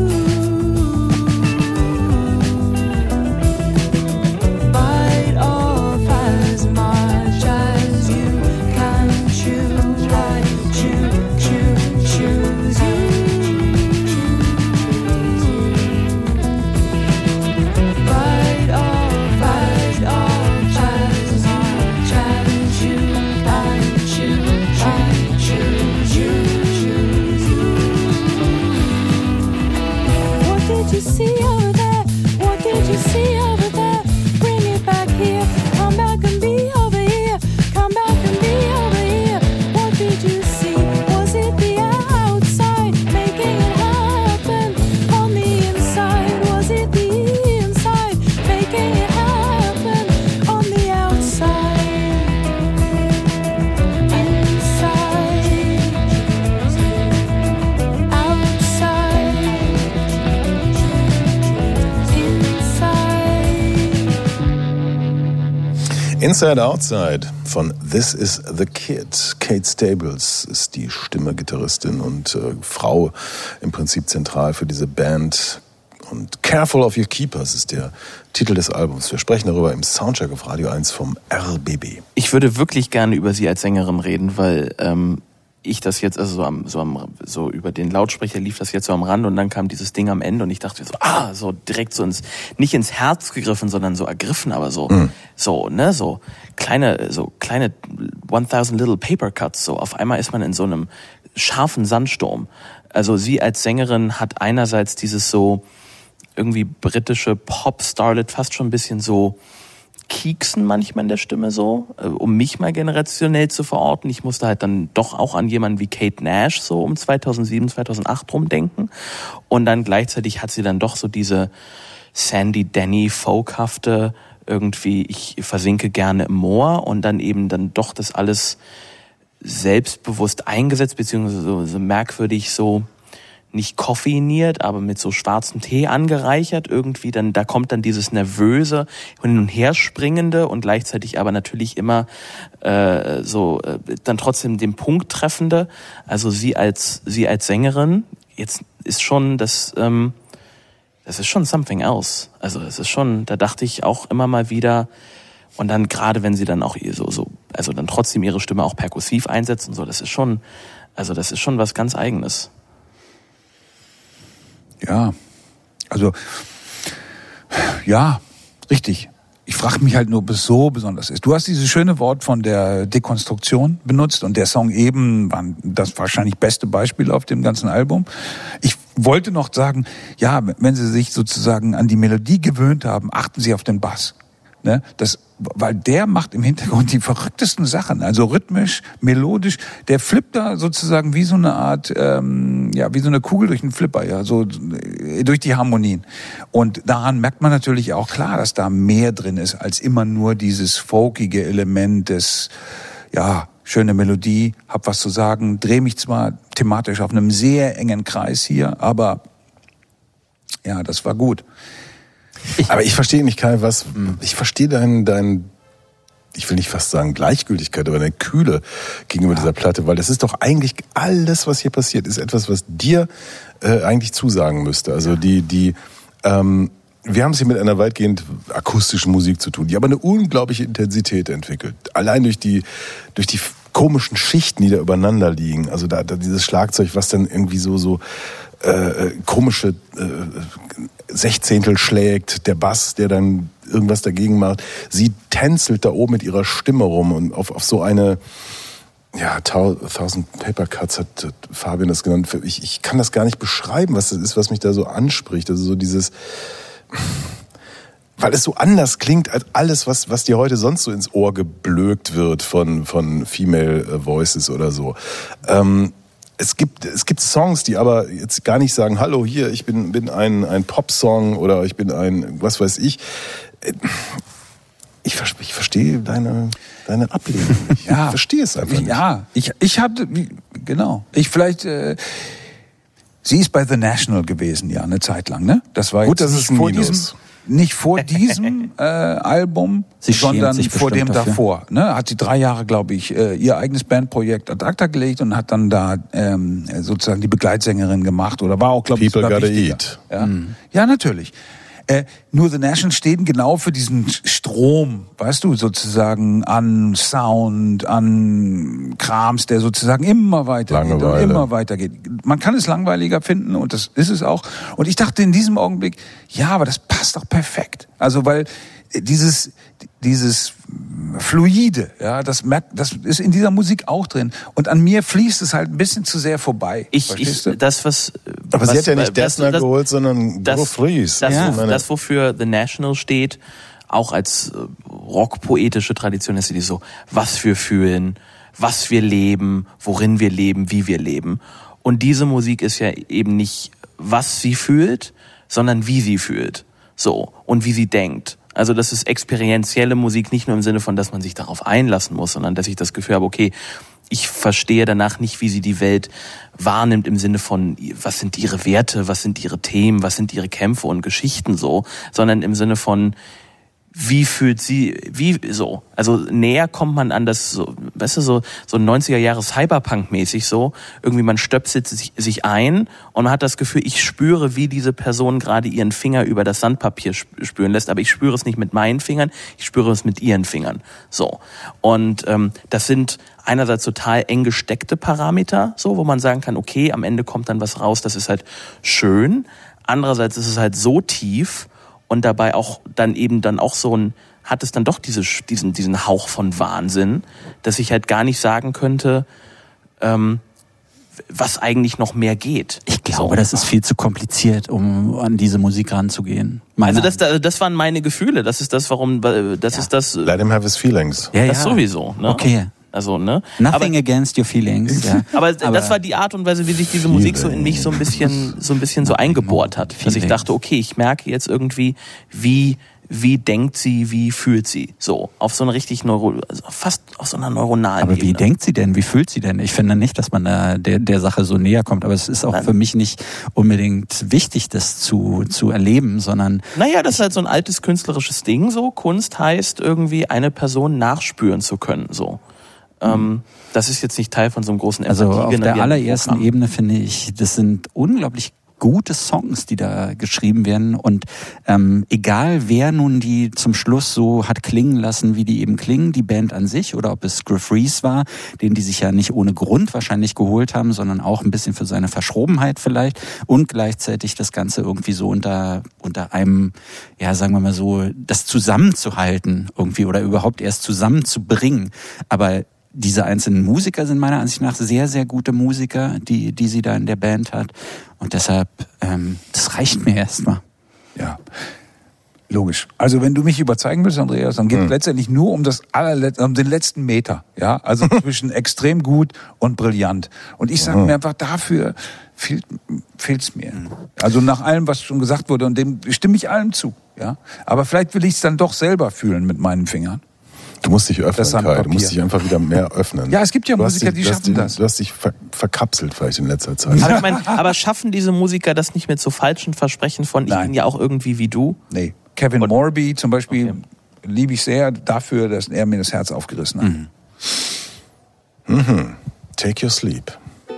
Bite off as much as you can chew. I choose you. Bite off as much as you can choose. I choose you. What did you see over there? What did you see over there? Bring it back here. Come back and be over here. Come back and be over here. What did you see? Was it the outside making it happen on the inside? Was it the inside making it happen on the outside? Inside, outside, inside. Inside Outside von This Is The Kid. Kate Stables ist die Stimme, Gitarristin und Frau im Prinzip zentral für diese Band. Und Careful of Your Keepers ist der Titel des Albums. Wir sprechen darüber im Soundcheck auf Radio 1 vom RBB. Ich würde wirklich gerne über sie als Sängerin reden, weil ich das jetzt, also so über den Lautsprecher lief das jetzt so am Rand und dann kam dieses Ding am Ende und ich dachte so direkt so nicht ins Herz gegriffen, sondern so ergriffen, aber so kleine 1000 Little Paper Cuts, so auf einmal ist man in so einem scharfen Sandsturm. Also sie als Sängerin hat einerseits dieses so irgendwie britische Pop-Starlet, fast schon ein bisschen so Kieksen manchmal in der Stimme so, um mich mal generationell zu verorten. Ich musste halt dann doch auch an jemanden wie Kate Nash so um 2007, 2008 rumdenken. Und dann gleichzeitig hat sie dann doch so diese Sandy Denny folkhafte irgendwie, ich versinke gerne im Moor und dann eben dann doch das alles selbstbewusst eingesetzt, beziehungsweise so merkwürdig so nicht koffeiniert, aber mit so schwarzem Tee angereichert irgendwie, dann da kommt dann dieses nervöse, hin und her springende und gleichzeitig aber natürlich immer dann trotzdem den Punkt treffende. Also sie als Sängerin jetzt ist schon das ist schon something else. Also es ist schon, da dachte ich auch immer mal wieder. Und dann gerade wenn sie dann auch also dann trotzdem ihre Stimme auch perkussiv einsetzt und so, das ist schon was ganz Eigenes. Ja, also, ja, richtig. Ich frage mich halt nur, ob es so besonders ist. Du hast dieses schöne Wort von der Dekonstruktion benutzt und der Song eben war das wahrscheinlich beste Beispiel auf dem ganzen Album. Ich wollte noch sagen, ja, wenn Sie sich sozusagen an die Melodie gewöhnt haben, achten Sie auf den Bass. Ne? Weil der macht im Hintergrund die verrücktesten Sachen, also rhythmisch, melodisch. Der flippt da sozusagen wie so eine Art, wie so eine Kugel durch einen Flipper, ja, so durch die Harmonien. Und daran merkt man natürlich auch klar, dass da mehr drin ist als immer nur dieses folkige Element des, ja, schöne Melodie, hab was zu sagen, drehe mich zwar thematisch auf einem sehr engen Kreis hier, aber ja, das war gut. Aber ich verstehe nicht, Kai, ich verstehe dein, ich will nicht fast sagen Gleichgültigkeit, aber deine Kühle gegenüber dieser Platte, weil das ist doch eigentlich alles, was hier passiert, ist etwas, was dir eigentlich zusagen müsste. Also wir haben es hier mit einer weitgehend akustischen Musik zu tun, die aber eine unglaubliche Intensität entwickelt. Allein durch die komischen Schichten, die da übereinander liegen. Also da dieses Schlagzeug, was dann irgendwie so komische Sechzehntel schlägt, der Bass, der dann irgendwas dagegen macht. Sie tänzelt da oben mit ihrer Stimme rum und auf so eine, ja, 1000 Paper Cuts hat Fabian das genannt. Ich kann das gar nicht beschreiben, was das ist, was mich da so anspricht. Also so dieses, weil es so anders klingt als alles, was dir heute sonst so ins Ohr geblökt wird von Female Voices oder so. Es gibt Songs, die aber jetzt gar nicht sagen, hallo, hier, ich bin ein Popsong oder ich bin ein, was weiß ich. Ich verstehe deine Ablehnung nicht. Ja, ich verstehe es einfach nicht. Ja, ich hatte, genau. Sie ist bei The National gewesen, ja, eine Zeit lang, ne? Das war gut, jetzt das ist ein Minus. Nicht vor diesem Album, sondern vor dem davor. Ne? Hat sie 3 Jahre, glaube ich, ihr eigenes Bandprojekt ad acta gelegt und hat dann da sozusagen die Begleitsängerin gemacht oder war auch, glaube ich, sogar People Gotta wichtiger. Eat. Ja, ja, natürlich. Nur The National stehen genau für diesen Strom, weißt du, sozusagen an Sound, an Krams, der sozusagen immer weitergeht und immer weitergeht. Man kann es langweiliger finden und das ist es auch. Und ich dachte in diesem Augenblick, ja, aber das passt doch perfekt. Also weil dieses Fluide, ja, das ist in dieser Musik auch drin. Und an mir fließt es halt ein bisschen zu sehr vorbei. Aber sie hat ja nicht Dessner geholt, sondern Groove Fries. Das, wofür The National steht, auch als rockpoetische Tradition, ist die so, was wir fühlen, was wir leben, worin wir leben, wie wir leben. Und diese Musik ist ja eben nicht, was sie fühlt, sondern wie sie fühlt. So. Und wie sie denkt. Also das ist experientielle Musik, nicht nur im Sinne von, dass man sich darauf einlassen muss, sondern dass ich das Gefühl habe, okay, ich verstehe danach nicht, wie sie die Welt wahrnimmt im Sinne von, was sind ihre Werte, was sind ihre Themen, was sind ihre Kämpfe und Geschichten so, sondern im Sinne von, wie fühlt sie, wie so. Also näher kommt man an das, so, weißt du, so 90er Jahre Cyberpunk-mäßig so. Irgendwie man stöpselt sich ein und man hat das Gefühl, ich spüre, wie diese Person gerade ihren Finger über das Sandpapier spüren lässt, aber ich spüre es nicht mit meinen Fingern, ich spüre es mit ihren Fingern. So. Und das sind einerseits total eng gesteckte Parameter, so, wo man sagen kann, okay, am Ende kommt dann was raus, das ist halt schön. Andererseits ist es halt so tief, und dabei auch dann eben dann auch hat es dann doch diesen Hauch von Wahnsinn, dass ich halt gar nicht sagen könnte, was eigentlich noch mehr geht. Ich glaube, das ist viel zu kompliziert, um an diese Musik ranzugehen. Das waren meine Gefühle. Das ist das, warum, ist das. Let him have his feelings. Ja, das sowieso. Ne? Okay. Also, ne? Nothing against your feelings. Ja. Aber das war die Art und Weise, wie sich diese Musik so in mich so ein bisschen so eingebohrt hat. Dass ich dachte, okay, ich merke jetzt irgendwie, wie denkt sie, wie fühlt sie? So, auf so einer richtig fast auf so einer neuronalen Aber Ebene. wie denkt sie denn? Wie fühlt sie denn? Ich finde nicht, dass man da der Sache so näher kommt. Aber es ist auch für mich nicht unbedingt wichtig, das zu erleben, sondern... Naja, das ist halt so ein altes künstlerisches Ding so. Kunst heißt irgendwie, eine Person nachspüren zu können, so. Das ist jetzt nicht Teil von so einem großen Also auf der allerersten Ebene finde ich, das sind unglaublich gute Songs, die da geschrieben werden und egal wer nun die zum Schluss so hat klingen lassen, wie die eben klingen, die Band an sich oder ob es Griff Rhys war, den die sich ja nicht ohne Grund wahrscheinlich geholt haben, sondern auch ein bisschen für seine Verschrobenheit vielleicht und gleichzeitig das Ganze irgendwie so unter einem, ja sagen wir mal so, das zusammenzuhalten irgendwie oder überhaupt erst zusammenzubringen, aber diese einzelnen Musiker sind meiner Ansicht nach sehr, sehr gute Musiker, die sie da in der Band hat. Und deshalb, das reicht mir erstmal. Ja, logisch. Also wenn du mich überzeugen willst, Andreas, dann geht es letztendlich nur um um den letzten Meter. Ja, also zwischen extrem gut und brillant. Und ich sage mir einfach, dafür fehlt's mir. Also nach allem, was schon gesagt wurde, und dem stimme ich allem zu. Ja, aber vielleicht will ich es dann doch selber fühlen mit meinen Fingern. Du musst dich öffnen, Kai. Du musst dich einfach wieder mehr öffnen. Ja, es gibt ja Musiker, die schaffen das. Du hast dich verkapselt vielleicht in letzter Zeit. Aber ich meine, schaffen diese Musiker das nicht mit so falschen Versprechen von, ich bin ja auch irgendwie wie du? Nee. Kevin Morby zum Beispiel liebe ich sehr dafür, dass er mir das Herz aufgerissen hat. Take your sleep.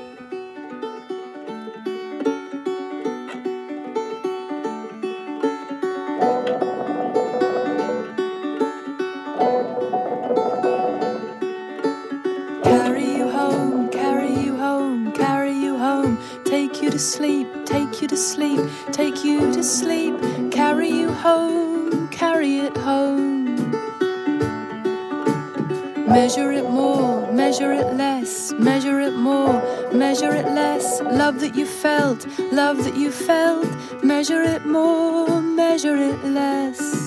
Sleep, take you to sleep, take you to sleep, carry you home, carry it home. Measure it more, measure it less, measure it more, measure it less. Love that you felt, measure it more, measure it less.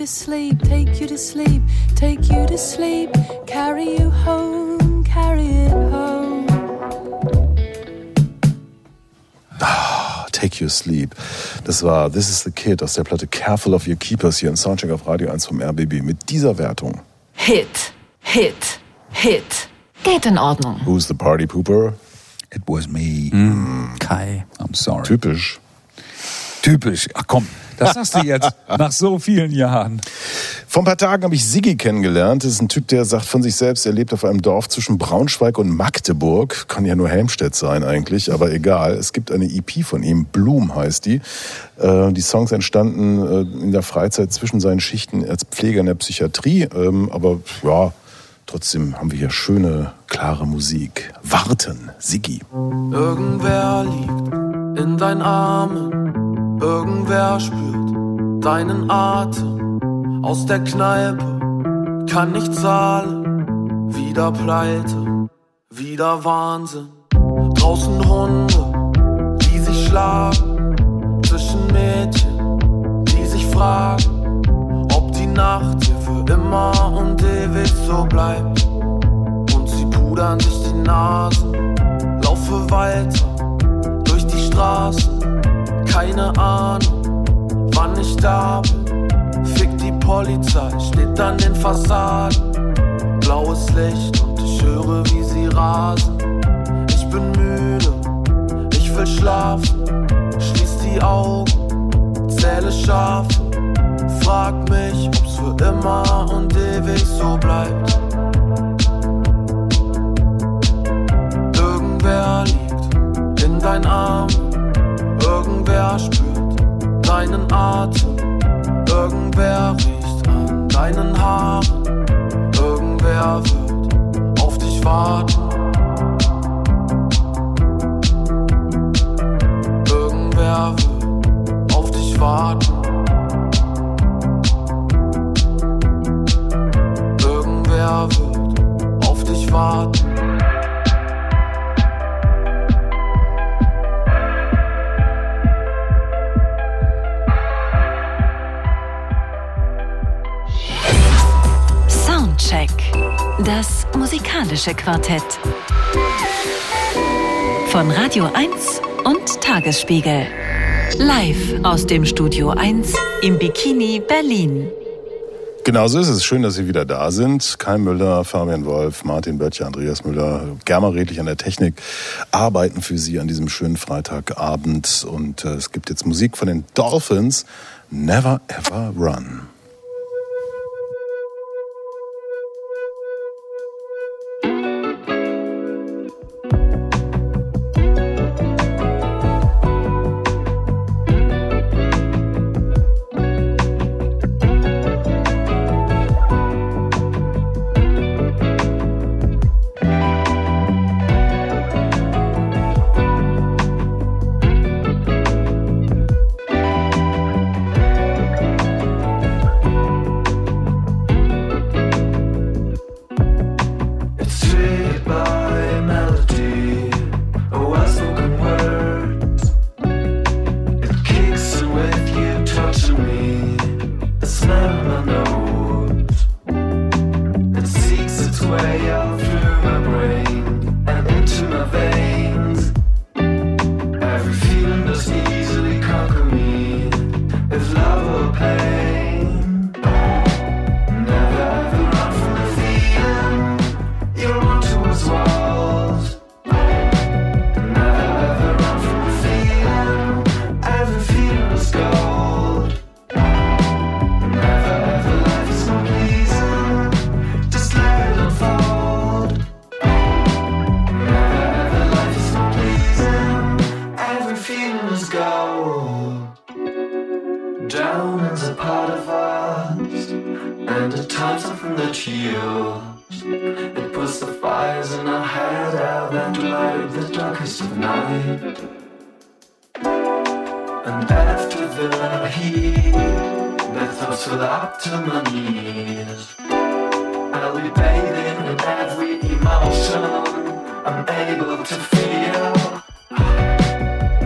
to sleep, take you to sleep, take you to sleep, carry you home, carry it home. Take Your Sleep. Das war This Is The Kid aus der Platte Careful of Your Keepers hier im Soundcheck auf Radio 1 vom RBB mit dieser Wertung. Hit, Hit, Hit. Geht in Ordnung. Who's the Party Pooper? It was me. Kai. I'm sorry. Typisch. Ach komm, das sagst du jetzt nach so vielen Jahren. Vor ein paar Tagen habe ich Siggi kennengelernt. Das ist ein Typ, der sagt von sich selbst, er lebt auf einem Dorf zwischen Braunschweig und Magdeburg. Kann ja nur Helmstedt sein eigentlich, aber egal. Es gibt eine EP von ihm, Bloom heißt die. Die Songs entstanden in der Freizeit zwischen seinen Schichten als Pfleger in der Psychiatrie. Aber ja, trotzdem haben wir hier schöne, klare Musik. Warten, Siggi. Irgendwer liegt in deinen Armen. Irgendwer spürt deinen Atem aus der Kneipe, kann nicht zahlen, wieder Pleite, wieder Wahnsinn. Draußen Hunde, die sich schlagen, zwischen Mädchen, die sich fragen, ob die Nacht hier für immer und ewig so bleibt. Und sie pudern sich die Nasen, laufe weiter durch die Straßen. Keine Ahnung, wann ich da bin. Fick die Polizei, steht an den Fassaden. Blaues Licht und ich höre, wie sie rasen. Ich bin müde, ich will schlafen. Schließ die Augen, zähle Schafe. Frag mich, ob's für immer und ewig so bleibt. Irgendwer liegt in deinen Armen. Irgendwer spürt deinen Atem, irgendwer riecht an deinen Haaren, irgendwer wird auf dich warten. Irgendwer wird auf dich warten. Irgendwer wird auf dich warten. Soundcheck. Das musikalische Quartett. Von Radio 1 und Tagesspiegel. Live aus dem Studio 1 im Bikini Berlin. Genauso ist es. Schön, dass Sie wieder da sind. Kai Müller, Fabian Wolf, Martin Böttcher, Andreas Müller, Germa Redlich an der Technik arbeiten für Sie an diesem schönen Freitagabend. Und es gibt jetzt Musik von den Dolphins. Never Ever Run.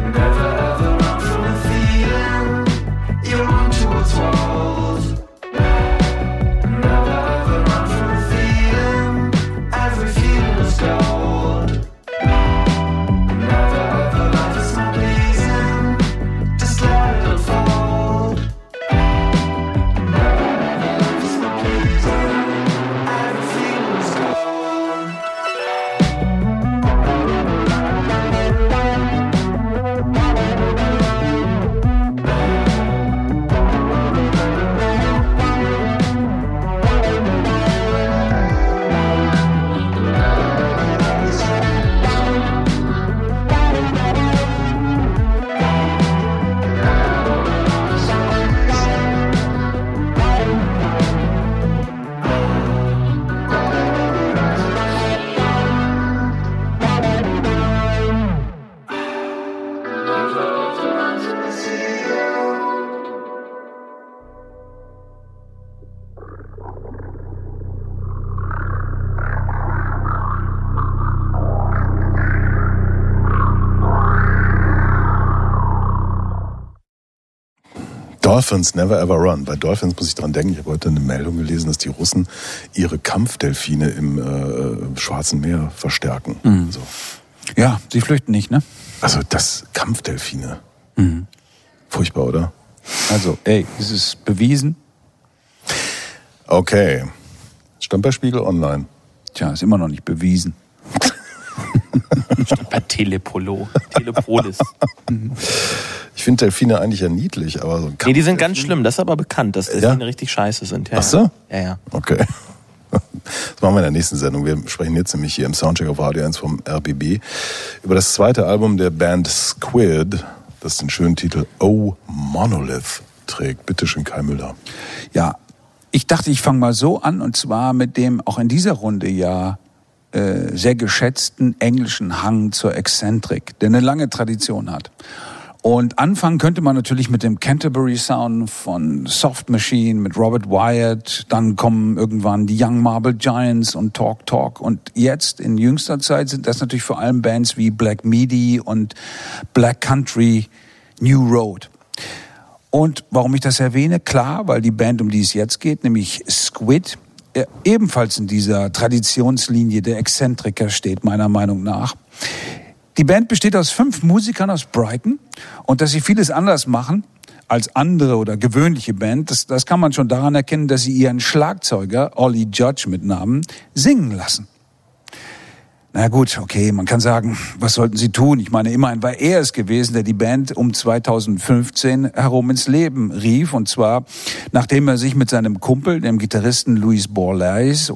Never ever run from a feeling. You run towards walls. Dolphins Never Ever Run. Bei Dolphins muss ich dran denken, ich habe heute eine Meldung gelesen, dass die Russen ihre Kampfdelfine im Schwarzen Meer verstärken. Mhm. So. Ja, sie flüchten nicht, ne? Also das Kampfdelfine. Furchtbar, oder? Also, ist es bewiesen? Okay. Stand bei Spiegel Online. Tja, ist immer noch nicht bewiesen. Bei Telepolis. Ich finde Delfine eigentlich ja niedlich, aber so ein Nee, die sind ganz schlimm. Das ist aber bekannt, dass Delfine richtig scheiße sind. Ja, Ach so? Ja. Okay. Das machen wir in der nächsten Sendung. Wir sprechen jetzt nämlich hier im Soundcheck auf Radio 1 vom RBB über das zweite Album der Band Squid, das den schönen Titel Oh Monolith trägt. Bitte schön, Kai Müller. Ja, ich dachte, ich fange mal so an, und zwar mit dem auch in dieser Runde ja sehr geschätzten englischen Hang zur Exzentrik, der eine lange Tradition hat. Und anfangen könnte man natürlich mit dem Canterbury Sound von Soft Machine, mit Robert Wyatt, dann kommen irgendwann die Young Marble Giants und Talk Talk, und jetzt in jüngster Zeit sind das natürlich vor allem Bands wie Black Midi und Black Country New Road. Und warum ich das erwähne? Klar, weil die Band, um die es jetzt geht, nämlich Squid, ebenfalls in dieser Traditionslinie der Exzentriker steht, meiner Meinung nach. Die Band besteht aus 5 Musikern aus Brighton, und dass sie vieles anders machen als andere oder gewöhnliche Bands, das kann man schon daran erkennen, dass sie ihren Schlagzeuger, Ollie Judge mit Namen, singen lassen. Na gut, okay, man kann sagen, was sollten sie tun? Ich meine, immerhin war er es gewesen, der die Band um 2015 herum ins Leben rief. Und zwar, nachdem er sich mit seinem Kumpel, dem Gitarristen Louis Borlas,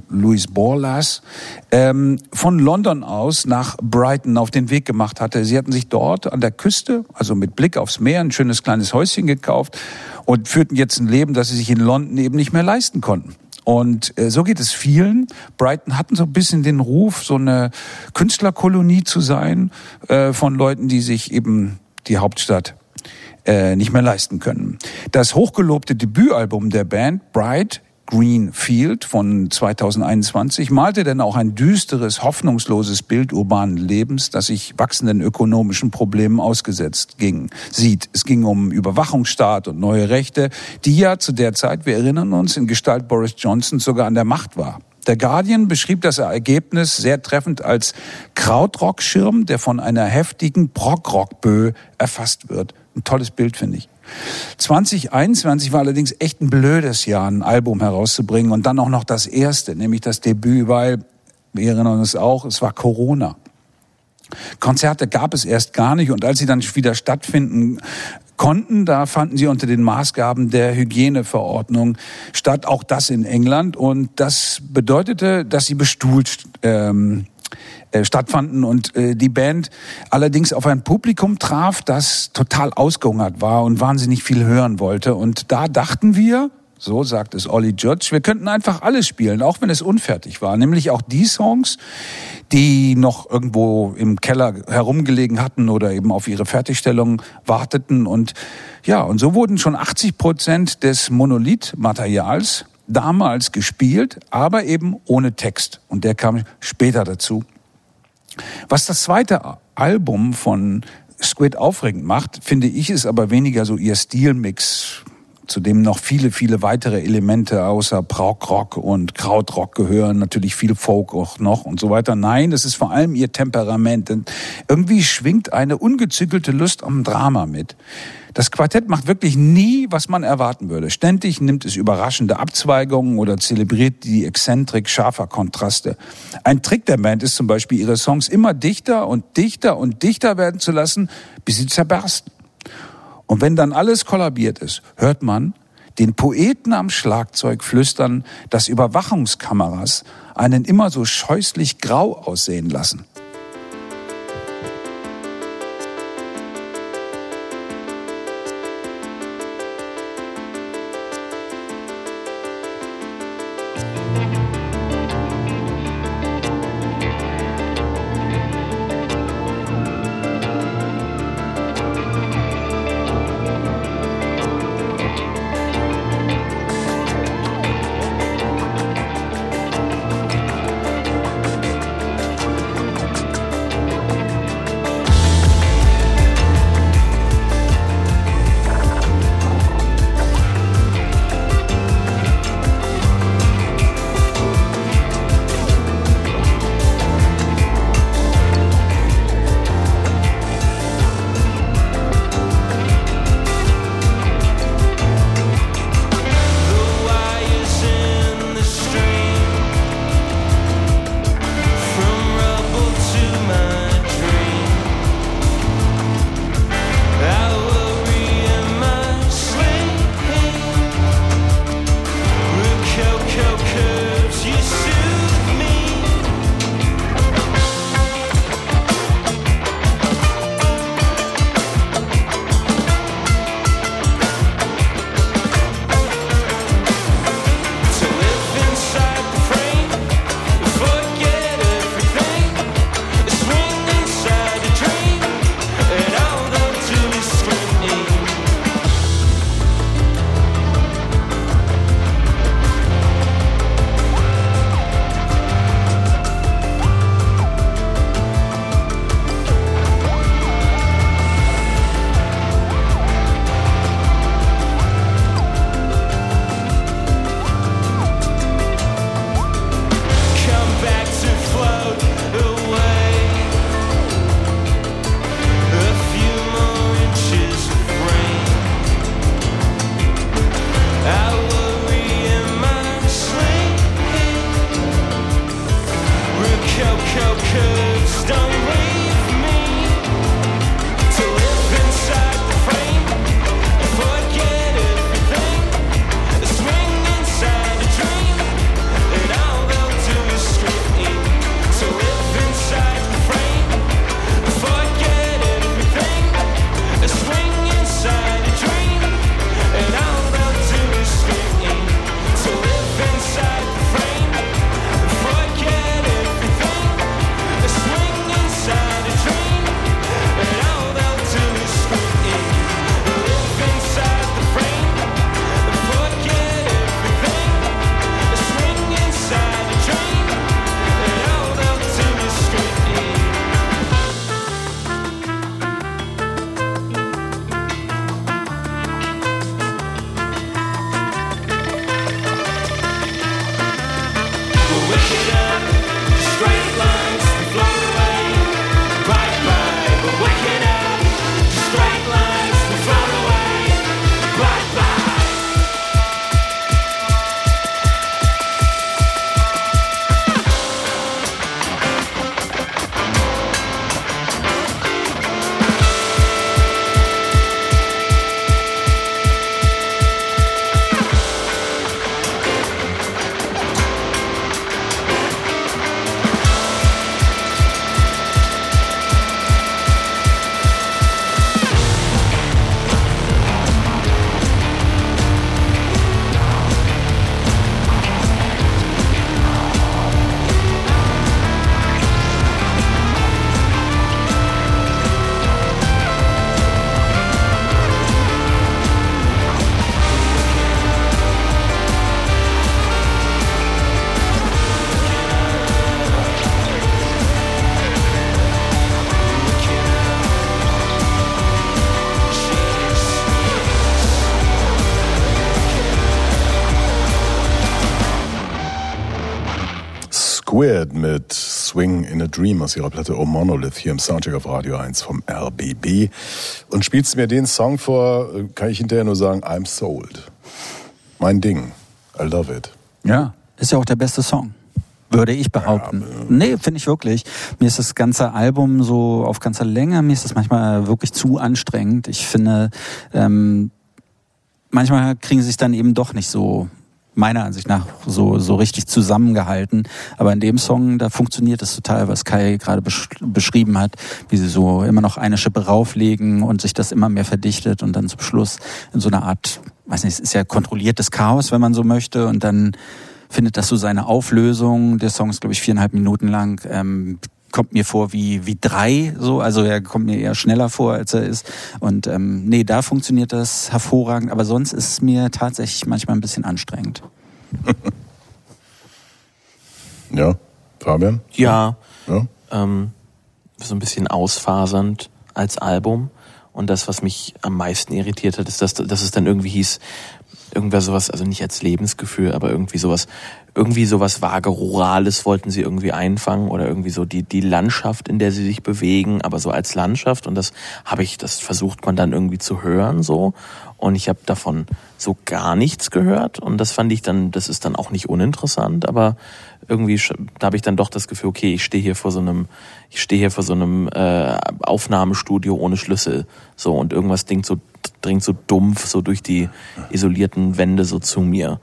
von London aus nach Brighton auf den Weg gemacht hatte. Sie hatten sich dort an der Küste, also mit Blick aufs Meer, ein schönes kleines Häuschen gekauft und führten jetzt ein Leben, das sie sich in London eben nicht mehr leisten konnten. Und so geht es vielen. Brighton hatten so ein bisschen den Ruf, so eine Künstlerkolonie zu sein, von Leuten, die sich eben die Hauptstadt nicht mehr leisten können. Das hochgelobte Debütalbum der Band, Bright Green Field von 2021, malte denn auch ein düsteres, hoffnungsloses Bild urbanen Lebens, das sich wachsenden ökonomischen Problemen ausgesetzt sieht. Es ging um Überwachungsstaat und neue Rechte, die ja zu der Zeit, wir erinnern uns, in Gestalt Boris Johnson sogar an der Macht war. Der Guardian beschrieb das Ergebnis sehr treffend als Krautrockschirm, der von einer heftigen Prog-Rock-Böe erfasst wird. Ein tolles Bild, finde ich. 2021 war allerdings echt ein blödes Jahr, ein Album herauszubringen, und dann auch noch das erste, nämlich das Debüt, weil, wir erinnern uns auch, es war Corona. Konzerte gab es erst gar nicht, und als sie dann wieder stattfinden konnten, da fanden sie unter den Maßgaben der Hygieneverordnung statt, auch das in England, und das bedeutete, dass sie bestuhlt stattfanden und die Band allerdings auf ein Publikum traf, das total ausgehungert war und wahnsinnig viel hören wollte. Und da dachten wir, so sagt es Ollie Judge, wir könnten einfach alles spielen, auch wenn es unfertig war. Nämlich auch die Songs, die noch irgendwo im Keller herumgelegen hatten oder eben auf ihre Fertigstellung warteten. Und ja, und so wurden schon 80% des Monolith-Materials damals gespielt, aber eben ohne Text. Und der kam später dazu. Was das zweite Album von Squid aufregend macht, finde ich, ist aber weniger so ihr Stilmix, zu dem noch viele, viele weitere Elemente außer Prog-Rock und Krautrock gehören, natürlich viel Folk auch noch und so weiter. Nein, das ist vor allem ihr Temperament. Denn irgendwie schwingt eine ungezügelte Lust am Drama mit. Das Quartett macht wirklich nie, was man erwarten würde. Ständig nimmt es überraschende Abzweigungen oder zelebriert die Exzentrik scharfer Kontraste. Ein Trick der Band ist zum Beispiel, ihre Songs immer dichter und dichter und dichter werden zu lassen, bis sie zerbersten. Und wenn dann alles kollabiert ist, hört man den Poeten am Schlagzeug flüstern, dass Überwachungskameras einen immer so scheußlich grau aussehen lassen. Squid mit Swing in a Dream aus ihrer Platte Oh Monolith hier im Soundcheck auf Radio 1 vom RBB. Und spielst du mir den Song vor, kann ich hinterher nur sagen, I'm sold. Mein Ding. I love it. Ja, ist ja auch der beste Song. Würde ich behaupten. Ja, nee, finde ich wirklich. Mir ist das ganze Album so auf ganzer Länge, mir ist das manchmal wirklich zu anstrengend. Ich finde, manchmal kriegen sie es dann eben doch nicht so, meiner Ansicht nach, so richtig zusammengehalten. Aber in dem Song, da funktioniert es total, was Kai gerade beschrieben hat, wie sie so immer noch eine Schippe rauflegen und sich das immer mehr verdichtet und dann zum Schluss in so einer Art, weiß nicht, es ist ja kontrolliertes Chaos, wenn man so möchte, und dann findet das so seine Auflösung. Der Song ist, glaube ich, 4,5 Minuten lang. Kommt mir vor wie 3, so, also er kommt mir eher schneller vor, als er ist. Und nee, da funktioniert das hervorragend, aber sonst ist es mir tatsächlich manchmal ein bisschen anstrengend. Ja, Fabian? Ja. Ja? So ein bisschen ausfasernd als Album. Und das, was mich am meisten irritiert hat, ist, dass es dann irgendwie hieß, irgendwer sowas, also nicht als Lebensgefühl, aber irgendwie sowas vage Rurales wollten sie irgendwie einfangen oder irgendwie so die Landschaft, in der sie sich bewegen, aber so als Landschaft, und das versucht man dann irgendwie zu hören, so, und ich habe davon so gar nichts gehört, und das fand ich dann, das ist dann auch nicht uninteressant, aber irgendwie, da habe ich dann doch das Gefühl, okay, ich stehe hier vor so einem Aufnahmestudio ohne Schlüssel, so, und irgendwas dringt so dumpf so durch die isolierten Wände so zu mir.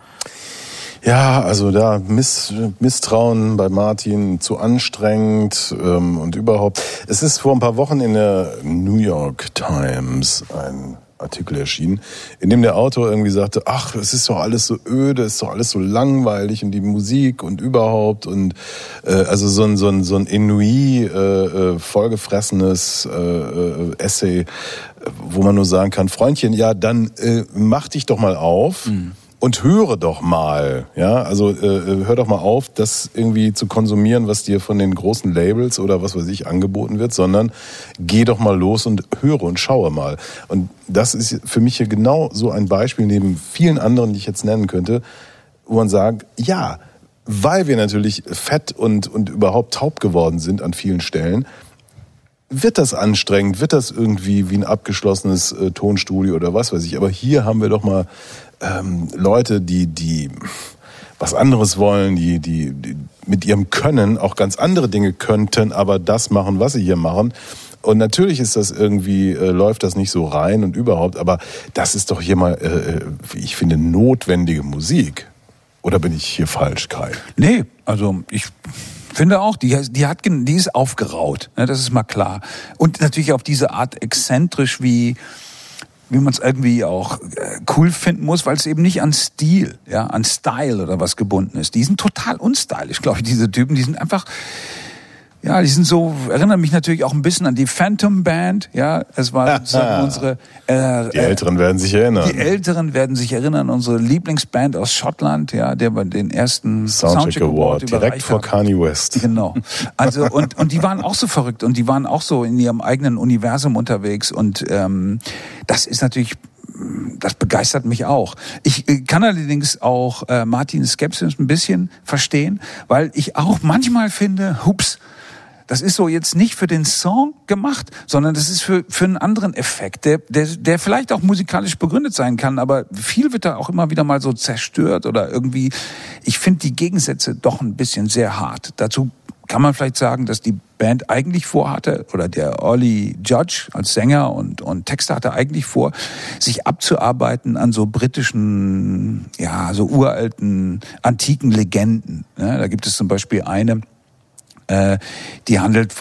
Ja, also da Misstrauen bei Martin, zu anstrengend und überhaupt. Es ist vor ein paar Wochen in der New York Times ein Artikel erschienen, in dem der Autor irgendwie sagte, ach, es ist doch alles so öde, es ist doch alles so langweilig und die Musik und überhaupt, und also so ein Ennui vollgefressenes Essay, wo man nur sagen kann, Freundchen, ja, dann mach dich doch mal auf. Und höre doch mal, ja, also hör doch mal auf, das irgendwie zu konsumieren, was dir von den großen Labels oder was weiß ich angeboten wird, sondern geh doch mal los und höre und schaue mal. Und das ist für mich hier genau so ein Beispiel neben vielen anderen, die ich jetzt nennen könnte, wo man sagt, ja, weil wir natürlich fett und überhaupt taub geworden sind an vielen Stellen, wird das anstrengend, wird das irgendwie wie ein abgeschlossenes Tonstudio oder was weiß ich. Aber hier haben wir doch mal Leute, die was anderes wollen, die mit ihrem Können auch ganz andere Dinge könnten, aber das machen, was sie hier machen. Und natürlich ist das irgendwie, läuft das nicht so rein und überhaupt, aber das ist doch hier mal, wie ich finde, notwendige Musik. Oder bin ich hier falsch, Kai? Nee, also ich finde auch, die ist aufgeraut, ne, das ist mal klar. Und natürlich auf diese Art exzentrisch, wie man es irgendwie auch cool finden muss, weil es eben nicht an Stil, ja, an Style oder was gebunden ist. Die sind total unstylisch, glaube ich, diese Typen. Die sind einfach, ja, die sind so, erinnern mich natürlich auch ein bisschen an die Phantom Band, ja, es war sozusagen unsere... die Älteren werden sich erinnern. Die Älteren werden sich erinnern, unsere Lieblingsband aus Schottland, ja, der bei den ersten Soundcheck Award direkt vor Kanye West. Genau. Also, und die waren auch so verrückt und die waren auch so in ihrem eigenen Universum unterwegs, und das ist natürlich, das begeistert mich auch. Ich kann allerdings auch Martins Skepsis ein bisschen verstehen, weil ich auch manchmal finde, das ist so jetzt nicht für den Song gemacht, sondern das ist für einen anderen Effekt, der vielleicht auch musikalisch begründet sein kann, aber viel wird da auch immer wieder mal so zerstört oder irgendwie, ich finde die Gegensätze doch ein bisschen sehr hart. Dazu kann man vielleicht sagen, dass die Band eigentlich vorhatte, oder der Ollie Judge als Sänger und Texter hatte eigentlich vor, sich abzuarbeiten an so britischen, ja, so uralten, antiken Legenden. Ja, da gibt es zum Beispiel eine, die handelt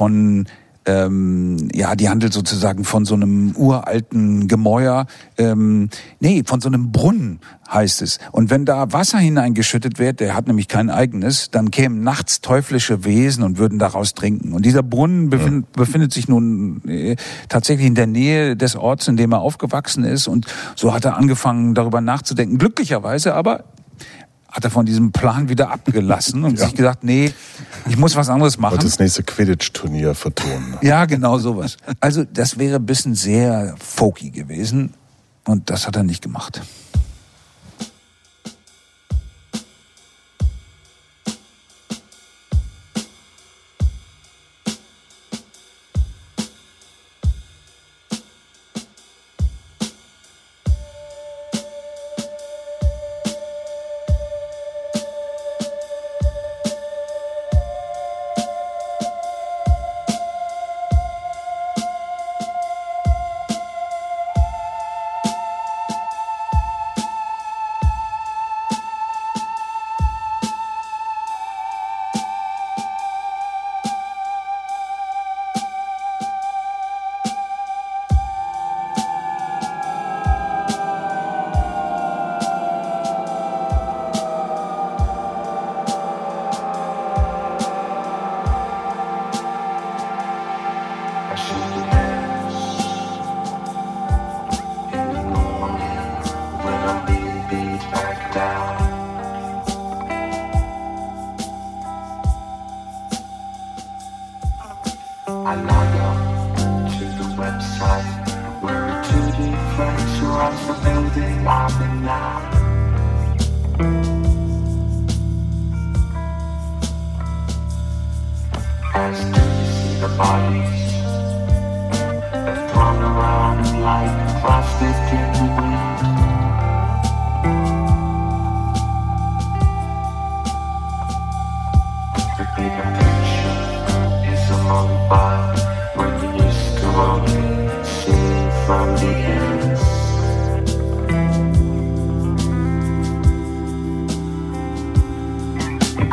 sozusagen von so einem uralten Gemäuer, von so einem Brunnen heißt es. Und wenn da Wasser hineingeschüttet wird, der hat nämlich kein eigenes, dann kämen nachts teuflische Wesen und würden daraus trinken. Und dieser Brunnen befindet sich nun tatsächlich in der Nähe des Orts, in dem er aufgewachsen ist. Und so hat er angefangen, darüber nachzudenken. Glücklicherweise aber hat er von diesem Plan wieder abgelassen und sich gesagt, nee, ich muss was anderes machen. Und das nächste Quidditch-Turnier vertonen. Ja, genau sowas. Also das wäre ein bisschen sehr folky gewesen, und das hat er nicht gemacht.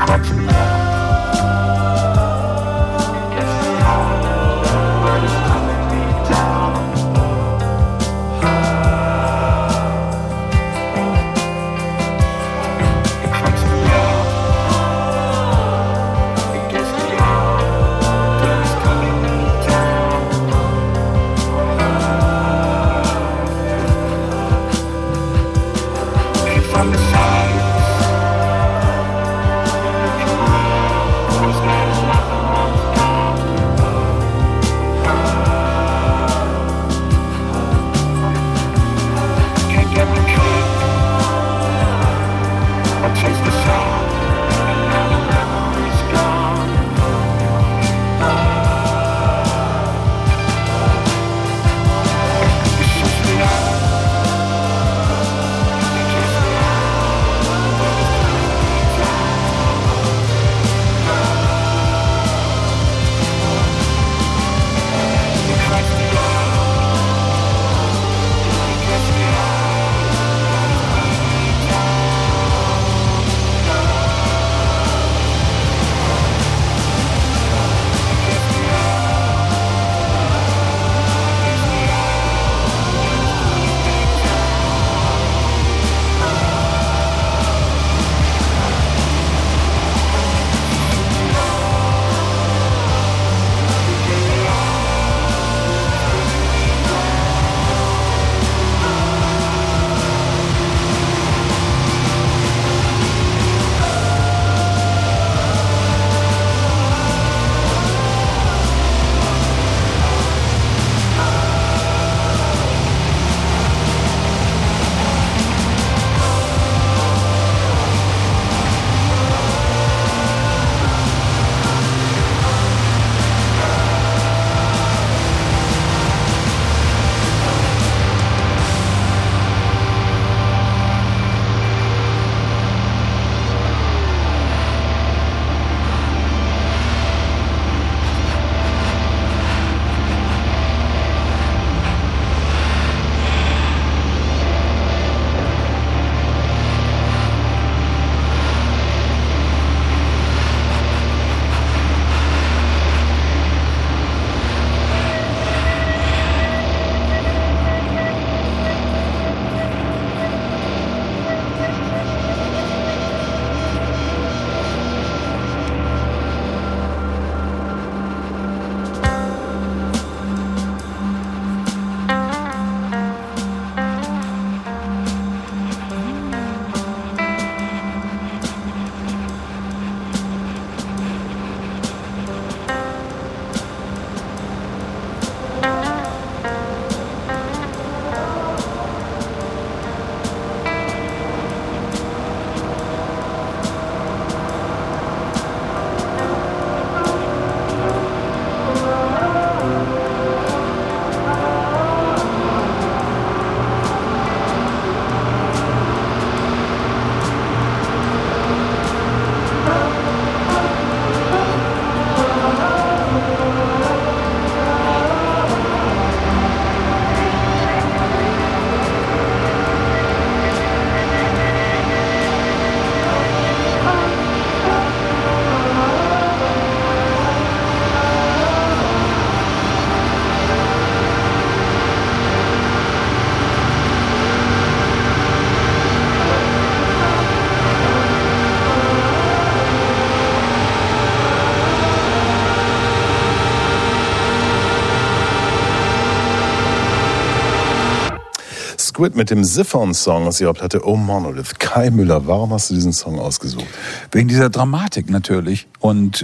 Squid mit dem Siphon-Song aus ihrer Platte Oh Monolith. Kai Müller, warum hast du diesen Song ausgesucht? Wegen dieser Dramatik natürlich. Und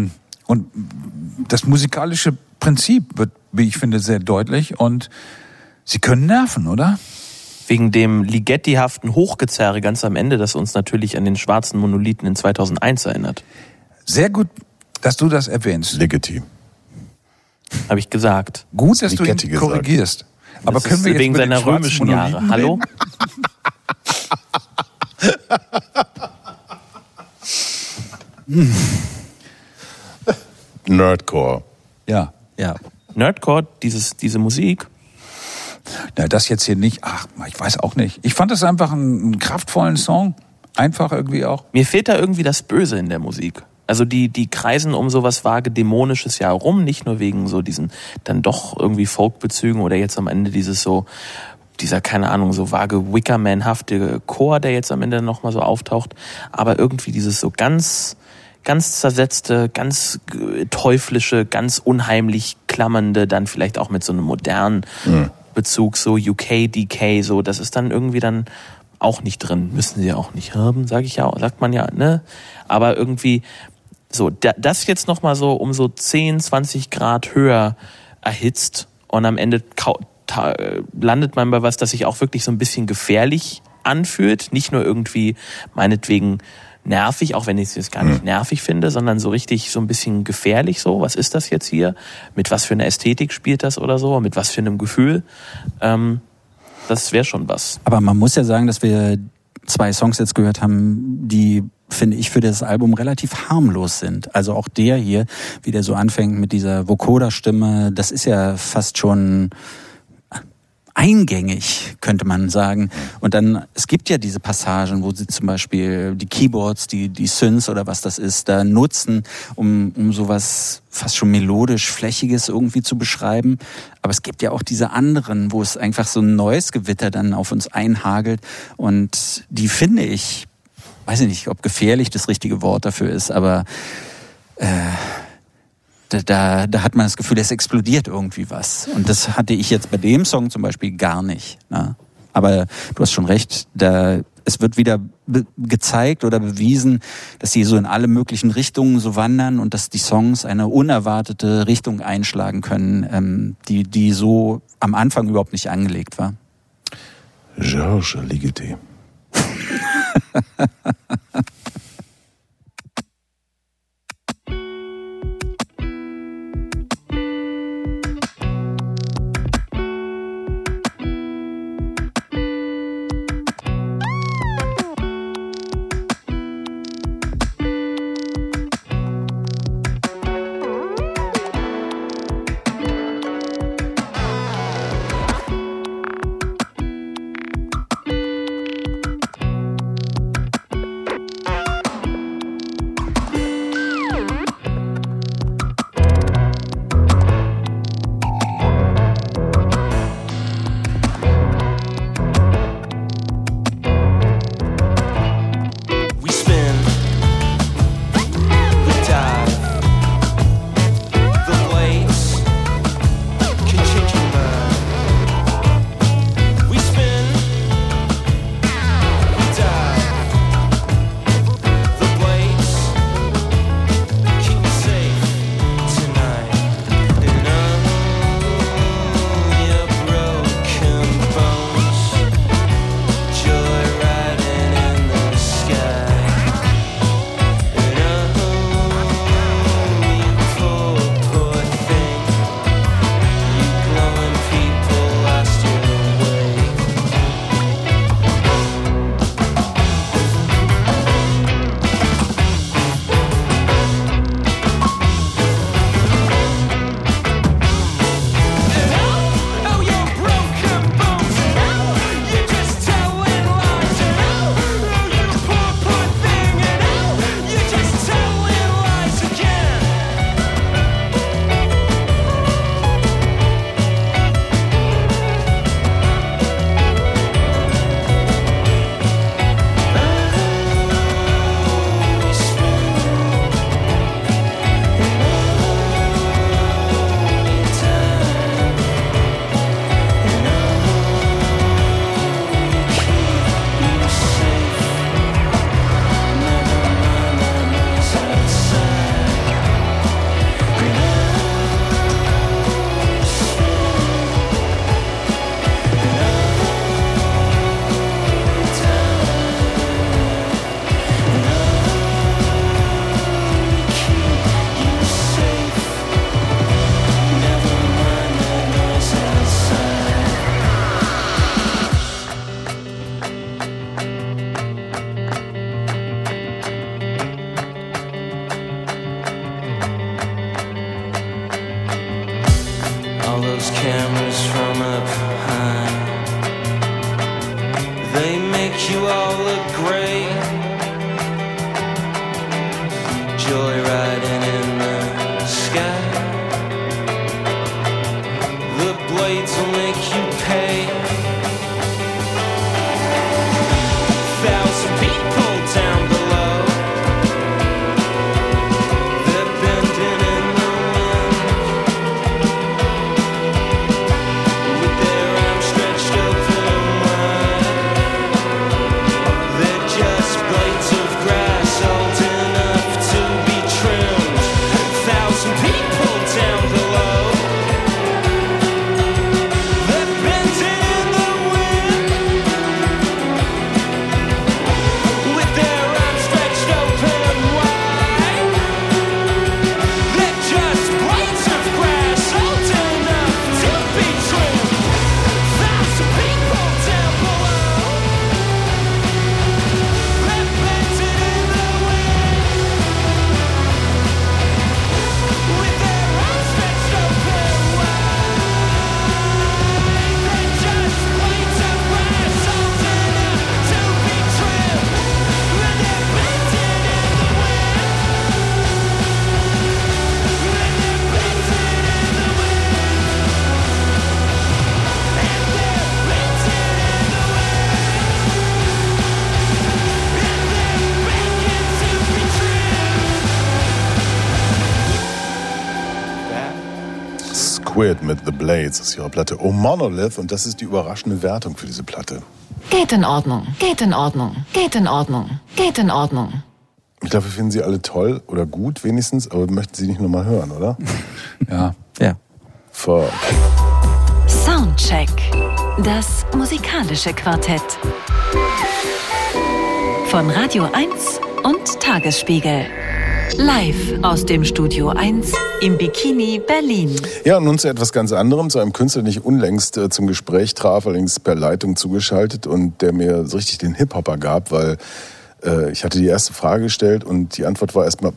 das musikalische Prinzip wird, wie ich finde, sehr deutlich. Und sie können nerven, oder? Wegen dem Ligeti-haften Hochgezerre ganz am Ende, das uns natürlich an den schwarzen Monolithen in 2001 erinnert. Sehr gut, dass du das erwähnst. Ligeti. Habe ich gesagt. Gut, dass du ihn korrigierst. Aber können wir jetzt wegen seiner römischen Jahre. Hallo? Nerdcore. Ja. Nerdcore, diese Musik. Na, das jetzt hier nicht. Ach, ich weiß auch nicht. Ich fand das einfach einen kraftvollen Song. Einfach irgendwie auch. Mir fehlt da irgendwie das Böse in der Musik. Also die kreisen um sowas vage Dämonisches ja herum, nicht nur wegen so diesen dann doch irgendwie Folkbezügen oder jetzt am Ende dieser, keine Ahnung, so vage Wickerman-hafte Chor, der jetzt am Ende nochmal so auftaucht, aber irgendwie dieses so ganz zersetzte, ganz teuflische, ganz unheimlich klammernde, dann vielleicht auch mit so einem modernen Bezug, so UK, DK, so, das ist dann irgendwie dann auch nicht drin. Müssen sie ja auch nicht haben, sagt man ja, ne? Aber irgendwie so, das jetzt nochmal so um so 10, 20 Grad höher erhitzt und am Ende landet man bei was, das sich auch wirklich so ein bisschen gefährlich anfühlt. Nicht nur irgendwie meinetwegen nervig, auch wenn ich es jetzt gar nicht nervig finde, sondern so richtig so ein bisschen gefährlich so. Was ist das jetzt hier? Mit was für einer Ästhetik spielt das oder so? Mit was für einem Gefühl? Das wäre schon was. Aber man muss ja sagen, dass wir 2 Songs jetzt gehört haben, die, finde ich, für das Album relativ harmlos sind. Also auch der hier, wie der so anfängt mit dieser Vocoder-Stimme, das ist ja fast schon eingängig, könnte man sagen. Und dann, es gibt ja diese Passagen, wo sie zum Beispiel die Keyboards, die Synths oder was das ist, da nutzen, um sowas fast schon melodisch Flächiges irgendwie zu beschreiben. Aber es gibt ja auch diese anderen, wo es einfach so ein neues Gewitter dann auf uns einhagelt. Und die finde ich, weiß ich nicht, ob gefährlich das richtige Wort dafür ist, aber da hat man das Gefühl, es explodiert irgendwie was. Und das hatte ich jetzt bei dem Song zum Beispiel gar nicht. Ne? Aber du hast schon recht, es wird wieder gezeigt oder bewiesen, dass sie so in alle möglichen Richtungen so wandern und dass die Songs eine unerwartete Richtung einschlagen können, die so am Anfang überhaupt nicht angelegt war. Georges Ligeti. cameras from up high. They make you all look great. Squid mit The Blades aus ihrer Platte Oh Monolith und das ist die überraschende Wertung für diese Platte. Geht in Ordnung, geht in Ordnung, geht in Ordnung, geht in Ordnung. Ich glaube, wir finden sie alle toll oder gut wenigstens, aber wir möchten sie nicht nochmal hören, oder? Ja. Fuck. Soundcheck. Das musikalische Quartett. Von Radio 1 und Tagesspiegel. Live aus dem Studio 1 im Bikini Berlin. Ja, und nun zu etwas ganz anderem, zu einem Künstler, den ich unlängst zum Gespräch traf, allerdings per Leitung zugeschaltet und der mir so richtig den Hip-Hopper gab, weil ich hatte die erste Frage gestellt und die Antwort war erstmal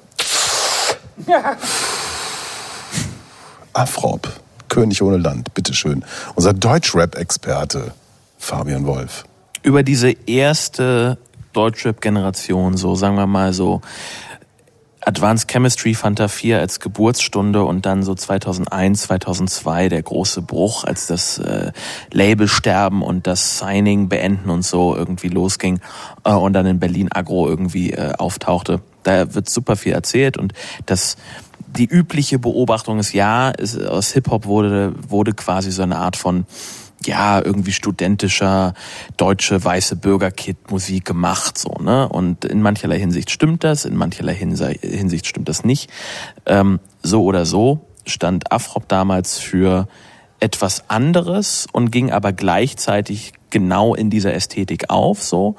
Afrop, König ohne Land, bitteschön. Unser Deutschrap-Experte Fabian Wolf. Über diese erste Deutschrap-Generation, so sagen wir mal so Advanced Chemistry Fanta 4 als Geburtsstunde und dann so 2001, 2002 der große Bruch, als das Label sterben und das Signing beenden und so irgendwie losging und dann in Berlin Agro irgendwie auftauchte. Da wird super viel erzählt und die übliche Beobachtung ist, aus Hip-Hop wurde quasi so eine Art von irgendwie studentischer, deutsche, weiße Bürgerkid-Musik gemacht, so, ne? Und in mancherlei Hinsicht stimmt das, in mancherlei Hinsicht stimmt das nicht. So oder so stand Afrop damals für etwas anderes und ging aber gleichzeitig genau in dieser Ästhetik auf, so.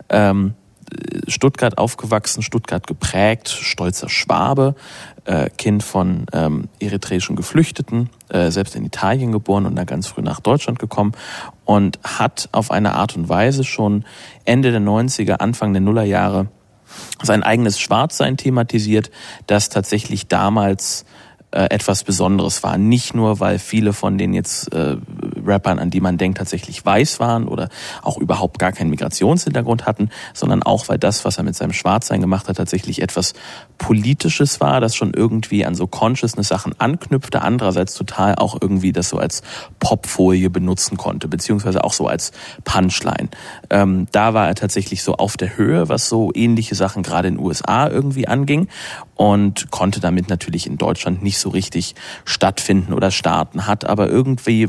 Stuttgart aufgewachsen, Stuttgart geprägt, stolzer Schwabe, Kind von eritreischen Geflüchteten, selbst in Italien geboren und dann ganz früh nach Deutschland gekommen und hat auf eine Art und Weise schon Ende der 90er, Anfang der Nullerjahre sein eigenes Schwarzsein thematisiert, das tatsächlich damals etwas Besonderes war. Nicht nur, weil viele von den jetzt Rappern, an die man denkt, tatsächlich weiß waren oder auch überhaupt gar keinen Migrationshintergrund hatten, sondern auch, weil das, was er mit seinem Schwarzsein gemacht hat, tatsächlich etwas Politisches war, das schon irgendwie an so Consciousness-Sachen anknüpfte, andererseits total auch irgendwie das so als Popfolie benutzen konnte, beziehungsweise auch so als Punchline. Da war er tatsächlich so auf der Höhe, was so ähnliche Sachen gerade in den USA irgendwie anging und konnte damit natürlich in Deutschland nicht so richtig stattfinden oder starten, hat aber irgendwie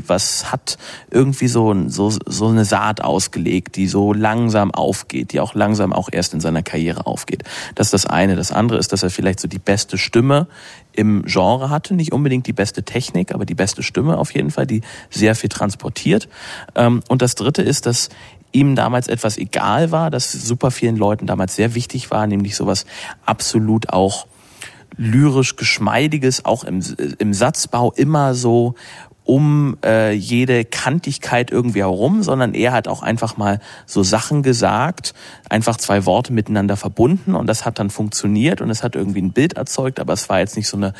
so eine Saat ausgelegt, die so langsam aufgeht, die auch langsam auch erst in seiner Karriere aufgeht. Das ist das eine. Das andere ist, dass er vielleicht so die beste Stimme im Genre hatte, nicht unbedingt die beste Technik, aber die beste Stimme auf jeden Fall, die sehr viel transportiert. Und das dritte ist, dass ihm damals etwas egal war, das super vielen Leuten damals sehr wichtig war, nämlich sowas absolut auch lyrisch Geschmeidiges, auch im Satzbau immer so um jede Kantigkeit irgendwie herum, sondern er hat auch einfach mal so Sachen gesagt, einfach zwei Worte miteinander verbunden und das hat dann funktioniert und es hat irgendwie ein Bild erzeugt, aber es war jetzt nicht so eine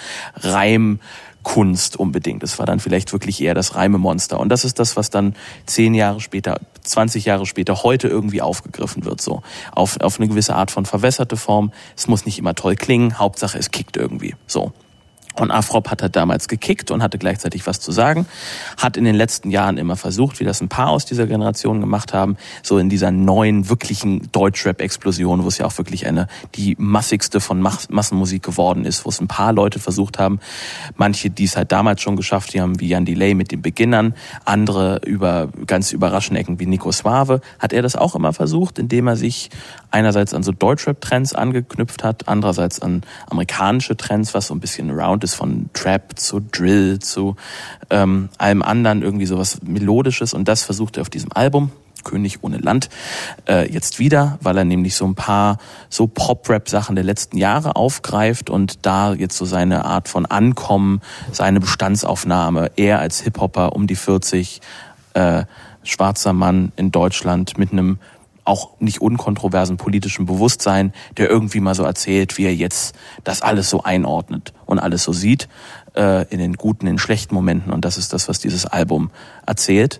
Reimkunst unbedingt. Es war dann vielleicht wirklich eher das Reimemonster und das ist das, was dann 10 Jahre später, 20 Jahre später heute irgendwie aufgegriffen wird, so auf eine gewisse Art von verwässerte Form. Es muss nicht immer toll klingen, Hauptsache es kickt irgendwie, so. Und Afrop hat halt damals gekickt und hatte gleichzeitig was zu sagen, hat in den letzten Jahren immer versucht, wie das ein paar aus dieser Generation gemacht haben, so in dieser neuen, wirklichen Deutschrap-Explosion, wo es ja auch wirklich die massigste von Massenmusik geworden ist, wo es ein paar Leute versucht haben, manche, die es halt damals schon geschafft haben, wie Jan Delay mit den Beginnern, andere über ganz überraschende Ecken wie Nico Suave, hat er das auch immer versucht, indem er sich einerseits an so Deutschrap-Trends angeknüpft hat, andererseits an amerikanische Trends, was so ein bisschen around ist, von Trap zu Drill zu allem anderen, irgendwie sowas Melodisches und das versucht er auf diesem Album König ohne Land jetzt wieder, weil er nämlich so ein paar so Pop-Rap-Sachen der letzten Jahre aufgreift und da jetzt so seine Art von Ankommen, seine Bestandsaufnahme, er als Hip-Hopper um die 40, schwarzer Mann in Deutschland mit einem auch nicht unkontroversen politischen Bewusstsein, der irgendwie mal so erzählt, wie er jetzt das alles so einordnet und alles so sieht, in den guten, in den schlechten Momenten. Und das ist das, was dieses Album erzählt.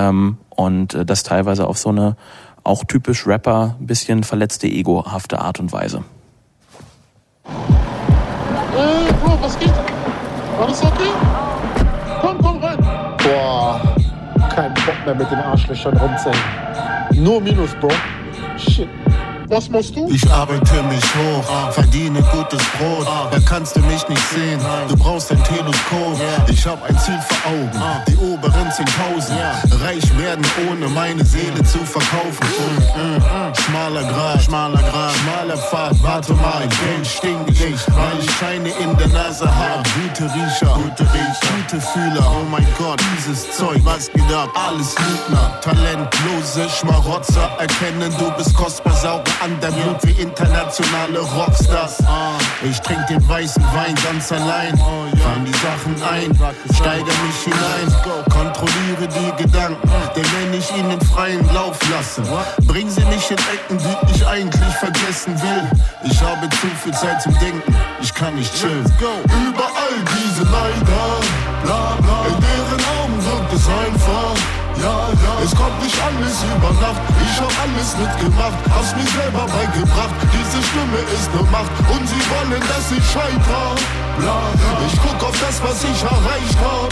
Und das teilweise auf so eine auch typisch Rapper, ein bisschen verletzte, egohafte Art und Weise. Bro, was geht? Alles okay? Komm rein. Boah, kein Bock mehr mit den Arschlöchern rumzuhängen. Nur Minus, Bro. Shit. Was machst du? Ich arbeite mich hoch, verdiene gutes Brot. Da kannst du mich nicht sehen, du brauchst ein Teleskop. Ich hab ein Ziel vor Augen, die oberen 10.000. Reich werden, ohne meine Seele zu verkaufen. Schmaler Grat, schmaler Pfad. Warte mal, Geld stinkt nicht, weil ich Scheine in der Nase hab. Gute Riecher, gute Fühler. Oh mein Gott, dieses Zeug, was geht ab? Alles Lügner, talentlose Schmarotzer. Erkennen, du bist kostbar, saugen an dein Blut wie internationale Rockstars. Ich trink den weißen Wein ganz allein, fang die Sachen ein, steige mich hinein, kontrolliere die Gedanken, denn wenn ich ihnen freien Lauf lasse, bring sie nicht in Ecken, die ich eigentlich vergessen will. Ich habe zu viel Zeit zum Denken, ich kann nicht chillen. Überall diese Neider, bla bla, in deren Augen wirkt es einfach. Ja, es kommt nicht alles über Nacht, ich hab alles mitgemacht, hab's mir selber beigebracht, diese Stimme ist ne Macht und sie wollen, dass ich scheitere. Ich guck auf das, was ich erreicht hab.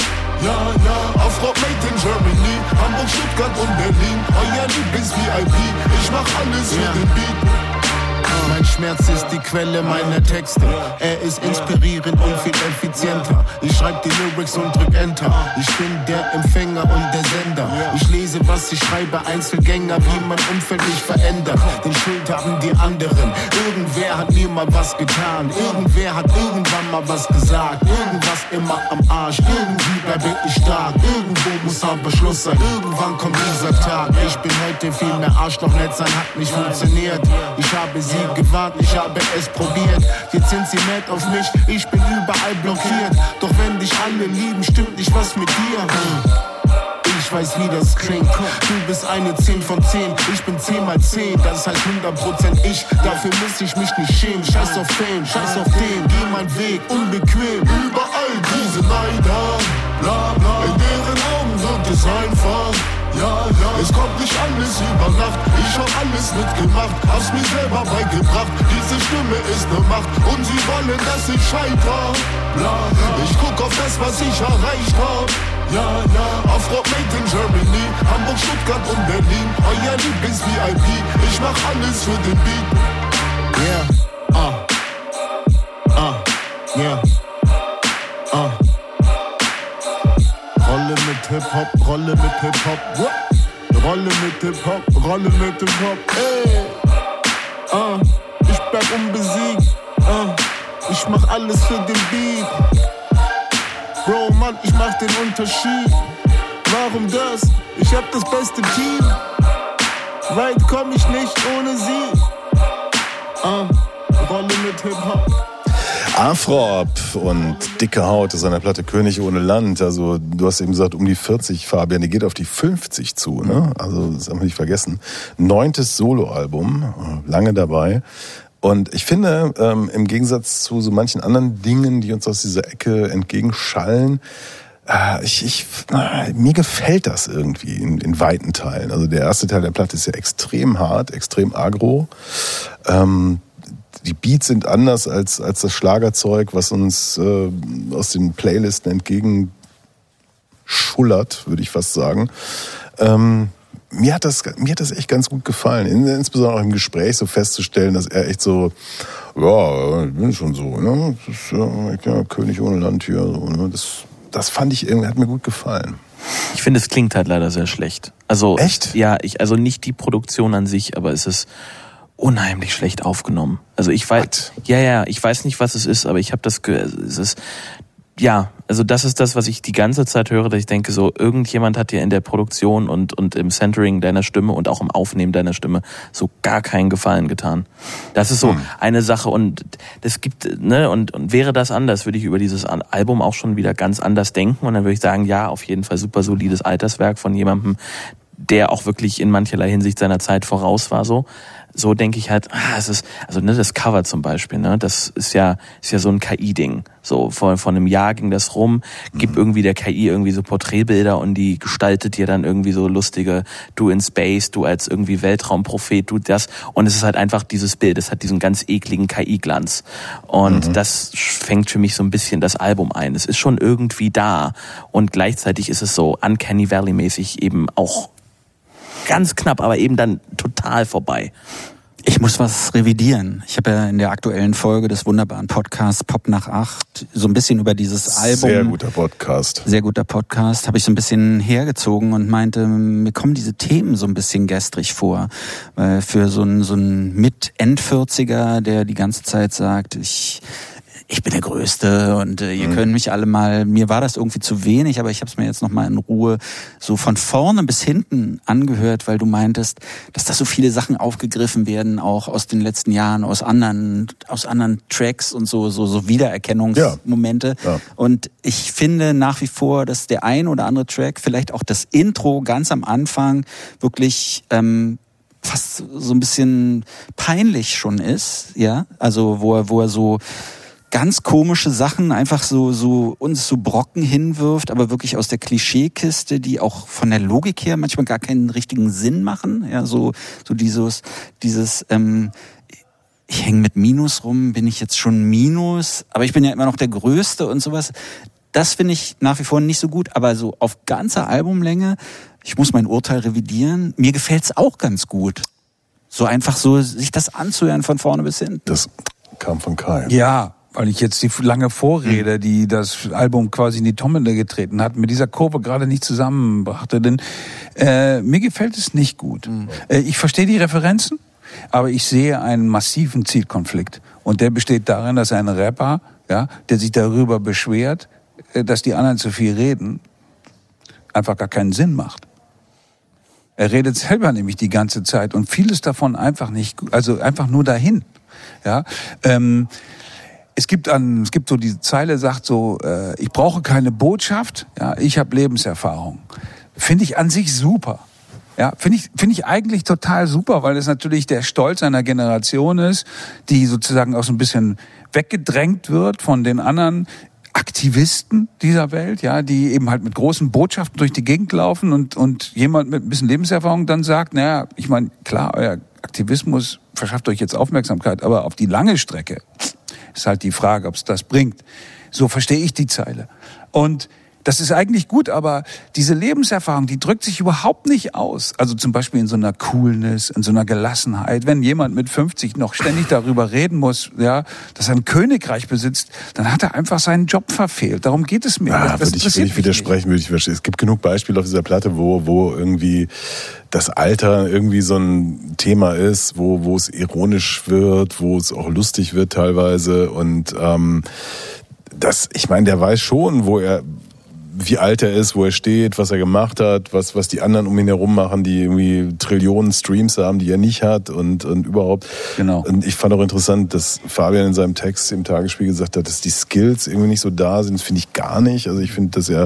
Ja, auf Rock Made in Germany, Hamburg, Stuttgart und Berlin, euer Lieblings-VIP, ich mach alles für den Beat. Mein Schmerz ist die Quelle meiner Texte. Er ist inspirierend und viel effizienter. Ich schreib die Lyrics und drück Enter. Ich bin der Empfänger und der Sender. Ich lese, was ich schreibe, Einzelgänger, wie mein Umfeld mich verändert. Den Schuld haben die anderen. Irgendwer hat mir mal was getan. Irgendwer hat irgendwann mal was gesagt. Irgendwas immer am Arsch. Irgendwie bleibe ich stark. Irgendwo muss aber Schluss sein. Irgendwann kommt dieser Tag. Ich bin heute viel mehr Arschloch. Netz sein hat nicht funktioniert. Ich habe sie gewarnt, ich habe es probiert. Jetzt sind sie mad auf mich, ich bin überall blockiert. Doch wenn dich alle lieben, stimmt nicht was mit dir. Ich weiß, wie das klingt. Du bist eine 10 von 10, ich bin 10 mal 10. Das heißt 100% ich, dafür muss ich mich nicht schämen. Scheiß auf Fame, scheiß auf den, geh mein Weg, unbequem. Überall diese Neider, bla bla, in deren Augen wirkt es einfach. Ja, es kommt nicht alles über Nacht, ich hab alles mitgemacht, hab's mir selber beigebracht, diese Stimme ist ne Macht und sie wollen, dass ich scheitere. Ich guck auf das, was ich erreicht hab. Ja, auf Rock Made in Germany, Hamburg, Stuttgart und Berlin, euer Lieblings-VIP, ich mach alles für den Beat. Rolle mit Hip-Hop, Rolle mit Hip-Hop, Rolle mit Hip-Hop, Rolle mit Hip-Hop, ey. Ich bleib unbesiegt, ich mach alles für den Beat. Bro, Mann, ich mach den Unterschied. Warum das? Ich hab das beste Team. Weit komm ich nicht ohne sie. Rolle mit Hip-Hop. Afrop und dicke Haut ist an der Platte König ohne Land. Also du hast eben gesagt, um die 40, Fabian, die geht auf die 50 zu. Ne? Also das haben wir nicht vergessen. 9. Soloalbum, lange dabei. Und ich finde, im Gegensatz zu so manchen anderen Dingen, die uns aus dieser Ecke entgegenschallen, mir gefällt das irgendwie in weiten Teilen. Also der erste Teil der Platte ist ja extrem hart, extrem agro. Die Beats sind anders als das Schlagerzeug, was uns aus den Playlisten entgegenschullert, würde ich fast sagen. Mir hat das echt ganz gut gefallen. Insbesondere auch im Gespräch so festzustellen, dass er echt so, ja, ich bin schon so, ne? Das ist ja König ohne Land hier. So, ne? Das fand ich irgendwie, hat mir gut gefallen. Ich finde, es klingt halt leider sehr schlecht. Also, echt? Ja, also nicht die Produktion an sich, aber es ist unheimlich schlecht aufgenommen. Also ich weiß, ich weiß nicht, was es ist, aber ich habe es ist, also das ist das, was ich die ganze Zeit höre, dass ich denke so, irgendjemand hat dir in der Produktion und im Centering deiner Stimme und auch im Aufnehmen deiner Stimme so gar keinen Gefallen getan. Das ist so eine Sache und das gibt, ne, und wäre das anders, würde ich über dieses Album auch schon wieder ganz anders denken und dann würde ich sagen, ja, auf jeden Fall super solides Alterswerk von jemandem, der auch wirklich in mancherlei Hinsicht seiner Zeit voraus war, so denke ich halt, es ist, also ne, das Cover zum Beispiel, ne, das ist ja so ein KI-Ding. So vor einem Jahr ging das rum, gibt irgendwie der KI irgendwie so Porträtbilder und die gestaltet dir dann irgendwie so lustige, du in Space, du als irgendwie Weltraumprophet, du das. Und es ist halt einfach dieses Bild, es hat diesen ganz ekligen KI-Glanz. Und das fängt für mich so ein bisschen das Album ein. Es ist schon irgendwie da und gleichzeitig ist es so Uncanny Valley-mäßig eben auch ganz knapp, aber eben dann total vorbei. Ich muss was revidieren. Ich habe ja in der aktuellen Folge des wunderbaren Podcasts Pop nach 8 so ein bisschen über dieses Album... Sehr guter Podcast. Sehr guter Podcast. Habe ich so ein bisschen hergezogen und meinte, mir kommen diese Themen so ein bisschen gestrig vor. Weil für so einen Mit-End-40er, der die ganze Zeit sagt, ich bin der Größte und ihr könnt mich alle mal, mir war das irgendwie zu wenig, aber ich habe es mir jetzt nochmal in Ruhe so von vorne bis hinten angehört, weil du meintest, dass da so viele Sachen aufgegriffen werden, auch aus den letzten Jahren, aus anderen Tracks und so Wiedererkennungsmomente. Ja. Und ich finde nach wie vor, dass der ein oder andere Track, vielleicht auch das Intro ganz am Anfang, wirklich fast so ein bisschen peinlich schon ist, ja, also wo er so ganz komische Sachen einfach so uns so Brocken hinwirft, aber wirklich aus der Klischeekiste, die auch von der Logik her manchmal gar keinen richtigen Sinn machen. Ja, so dieses ich hänge mit Minus rum, bin ich jetzt schon Minus, aber ich bin ja immer noch der Größte und sowas. Das finde ich nach wie vor nicht so gut, aber so auf ganzer Albumlänge, ich muss mein Urteil revidieren, mir gefällt's auch ganz gut. So einfach so, sich das anzuhören von vorne bis hinten. Das kam von Kai. Ja, weil ich jetzt die lange Vorrede, die das Album quasi in die Tonne getreten hat, mit dieser Kurve gerade nicht zusammenbrachte. Denn mir gefällt es nicht gut. Ich verstehe die Referenzen, aber ich sehe einen massiven Zielkonflikt. Und der besteht darin, dass ein Rapper, ja, der sich darüber beschwert, dass die anderen zu viel reden, einfach gar keinen Sinn macht. Er redet selber nämlich die ganze Zeit und vieles davon einfach nicht, also einfach nur dahin. Ja, es gibt so diese Zeile, sagt so, ich brauche keine Botschaft, ja, ich habe Lebenserfahrung. Finde ich an sich super. Ja, finde ich eigentlich total super, weil es natürlich der Stolz einer Generation ist, die sozusagen auch so ein bisschen weggedrängt wird von den anderen Aktivisten dieser Welt, ja, die eben halt mit großen Botschaften durch die Gegend laufen und jemand mit ein bisschen Lebenserfahrung dann sagt, naja, ich meine, klar, euer Aktivismus verschafft euch jetzt Aufmerksamkeit, aber auf die lange Strecke ist halt die Frage, ob es das bringt. So verstehe ich die Zeile. Und das ist eigentlich gut, aber diese Lebenserfahrung, die drückt sich überhaupt nicht aus. Also zum Beispiel in so einer Coolness, in so einer Gelassenheit. Wenn jemand mit 50 noch ständig darüber reden muss, ja, dass er ein Königreich besitzt, dann hat er einfach seinen Job verfehlt. Darum geht es mir. Ja, würde ich widersprechen. Es gibt genug Beispiele auf dieser Platte, wo irgendwie das Alter irgendwie so ein Thema ist, wo es ironisch wird, wo es auch lustig wird teilweise. Und ich meine, der weiß schon, wie alt er ist, wo er steht, was er gemacht hat, was die anderen um ihn herum machen, die irgendwie Trillionen Streams haben, die er nicht hat und überhaupt. Genau. Und ich fand auch interessant, dass Fabian in seinem Text im Tagesspiegel gesagt hat, dass die Skills irgendwie nicht so da sind. Das finde ich gar nicht. Also ich finde, dass er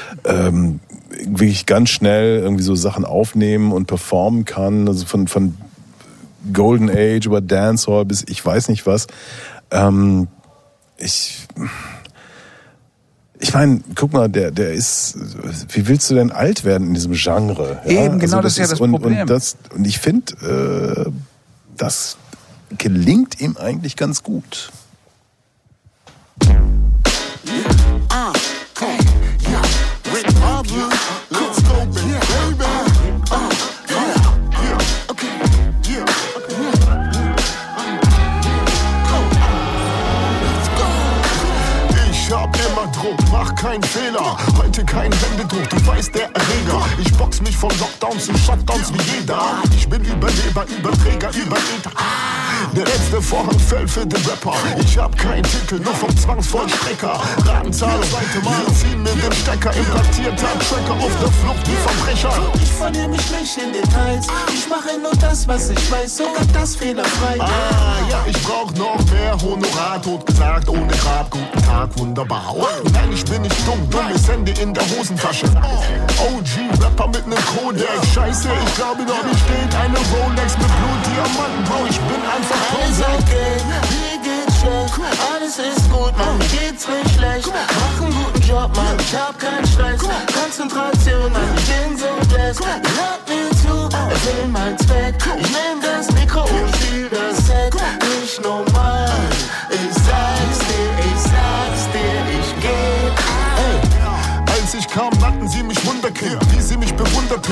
wirklich ganz schnell irgendwie so Sachen aufnehmen und performen kann. Also von Golden Age über Dancehall bis ich weiß nicht was. Ich meine, guck mal, der ist, wie willst du denn alt werden in diesem Genre? Ja? Eben, genau, also das ist ja das Problem. Und ich finde, das gelingt ihm eigentlich ganz gut. Mach keinen Fehler, heute kein Händedruck, du weißt der Erreger. Ich box mich von Lockdowns zu Shutdowns wie jeder. Ich bin Überleber, Überträger, Überleger. Der letzte Vorhang fällt für den Rapper. Ich hab keinen Titel, nur vom Zwangsvollstrecker. Ratenzahl, zweite Mal, ziehen mir den Stecker. Implantierter Tracker auf der Flucht wie Verbrecher. Ich verliere mich nicht in Details. Ich mache nur das, was ich weiß, sogar das fehlerfrei. Ja, ich brauch noch mehr Honorar. Tot gesagt, ohne Grab, guten Tag, wunderbar. Nein, ich bin nicht dumm, dummes Handy in der Hosentasche. OG-Rapper mit nem Kodex. Scheiße, ich glaube noch, mir steht eine Rolex mit Blut-Diamanten. Bro, ich bin einfach alles okay, mir geht's schlecht. Alles ist gut, Mann, mir geht's nicht schlecht. Mach einen guten Job, Mann, ich hab keinen Stress. Konzentration, Mann, ich bin so blessed. Hört mir zu, erzähl mein Zweck. Ich nehm das Mikro und spiel das Set. Nicht normal, ich sag's dir, ich geh. Als ich kam, nannten sie mich Wunderkind, wie sie mich bewunderten. Quasi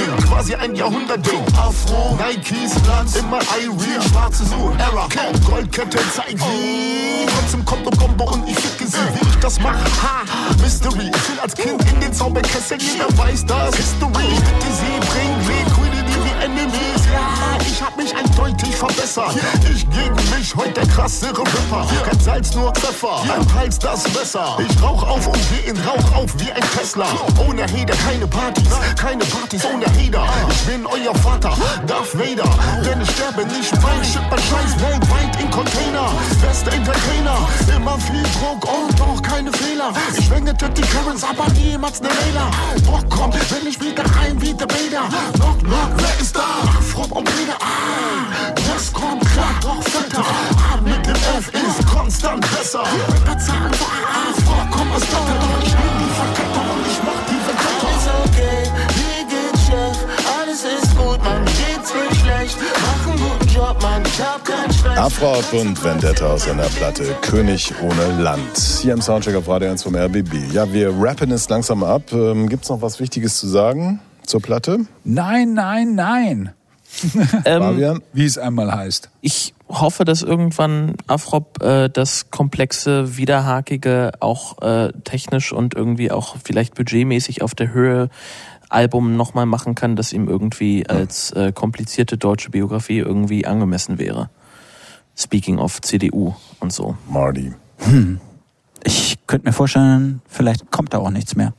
sie ein Jahrhundert-Ding. Afro, Nikes, Glanz, immer Irene, schwarze Uhr, Era, Goldkette, zeig sie. Trotzdem kommt ein Combo und ich ficke sie, wie ich das mache. Ha, Mystery, ich will als Kind in den Zauberkessel, jeder weiß das. History, ich bitte sie, bring Liquidity wie Enemies. Ja, ich hab mich eindeutig verbessert. Ich gegen mich heute der krassere Rapper. Kein Salz, nur Pfeffer, am Hals das Messer. Ich rauch auf und geh in Rauch auf wie ein Tesla. Ohne Hater, keine Partys ohne Hater. Ich bin euer Vater, Darth Vader. Denn ich sterbe nicht bald, ship mein Scheiß weltweit in Container. Beste Entertainer, immer viel Druck und doch keine Fehler. Ich schwänge die Karens, aber niemals ne Wähler. Bock kommt, wenn ich wieder rein wie der Bader. Knock, knock, wer ist da? Afro und Peter, das kommt klar, doch fetter. A mit dem F ist konstant besser. Rapper sagen so, Afro, komm aus Dotter. Doch ich bin die Verketter und ich mach die Verketter. Alles okay, wie geht's, Chef? Alles ist gut, Mann, geht's mir schlecht. Mach einen guten Job, Mann, ich hab keinen Stress. Afrop und Vendetta aus seiner Platte König ohne Land. Hier im Soundcheck auf Radio 1 vom RBB. Ja, wir rappen es langsam ab. Gibt's noch was Wichtiges zu sagen zur Platte? Nein. Fabian? Wie es einmal heißt. Ich hoffe, dass irgendwann Afrop das komplexe, widerhakige, auch technisch und irgendwie auch vielleicht budgetmäßig auf der Höhe Album nochmal machen kann, das ihm irgendwie als komplizierte deutsche Biografie irgendwie angemessen wäre. Speaking of CDU und so. Marty. Ich könnte mir vorstellen, vielleicht kommt da auch nichts mehr.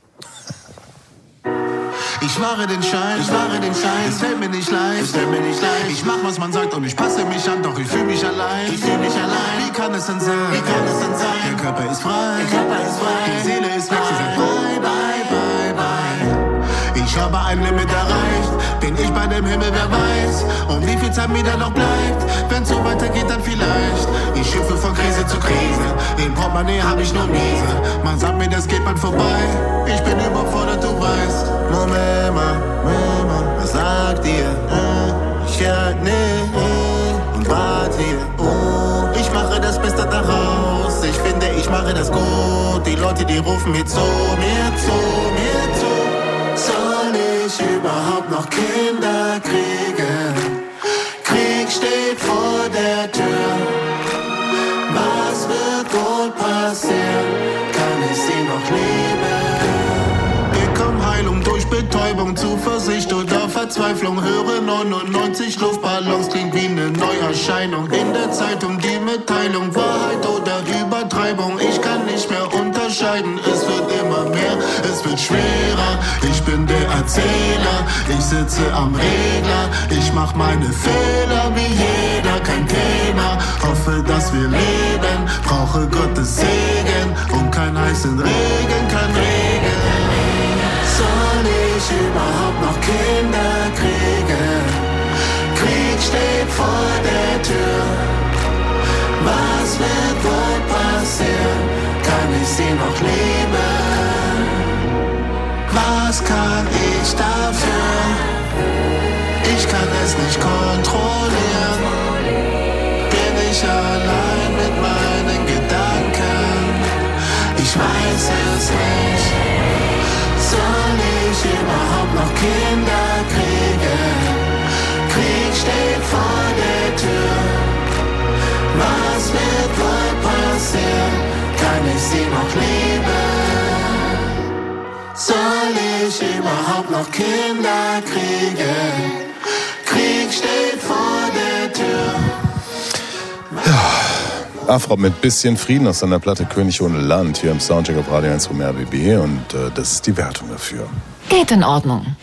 Ich mache den Schein, es fällt mir nicht leicht, Ich mach, was man sagt und ich passe mich an, doch ich fühle mich allein, Wie kann es denn sein, Der Körper ist frei, die Seele ist weg, sie sagt bye, bye, bye, bye. Ich habe ein Limit erreicht, bin ich bei dem Himmel, wer weiß, und wie viel Zeit mir da noch bleibt, wenn's so weitergeht, dann vielleicht. Ich schimpfe von Krise zu Krise, im Portemonnaie hab ich nur Miese, man sagt mir, das geht bald vorbei, ich bin überfordert, du weißt. Mama, was sagt ihr? Ich werd nicht und wart hier. Ich mache das Beste daraus. Ich finde, ich mache das gut. Die Leute, die rufen mir zu. Soll ich überhaupt noch Kinder kriegen? Krieg steht vor der Tür. Was wird wohl passieren? Kann ich sie noch lieben? Heilung durch Betäubung, Zuversicht oder Verzweiflung. Höre 99 Luftballons, klingt wie eine Neuerscheinung. In der Zeitung die Mitteilung, Wahrheit oder Übertreibung. Ich kann nicht mehr unterscheiden, es wird immer mehr, es wird schwerer. Ich bin der Erzähler, ich sitze am Regler. Ich mach meine Fehler wie jeder, kein Thema. Hoffe, dass wir leben, brauche Gottes Segen und kein heißen Regen, kein Regen. Soll ich überhaupt noch Kinder kriegen? Krieg steht vor der Tür. Was wird wohl passieren? Kann ich sie noch lieben? Was kann ich dafür? Ich kann es nicht kontrollieren. Bin ich allein mit meinen Gedanken? Ich weiß es nicht. Soll ich überhaupt noch Kinder kriegen? Krieg steht vor der Tür. Was wird wohl passieren? Kann ich sie noch lieben? Soll ich überhaupt noch Kinder kriegen? Krieg steht vor der Tür. Afrop mit bisschen Frieden aus seiner Platte König ohne Land hier im Soundcheck auf Radio 1 vom RBB und das ist die Wertung dafür. Geht in Ordnung.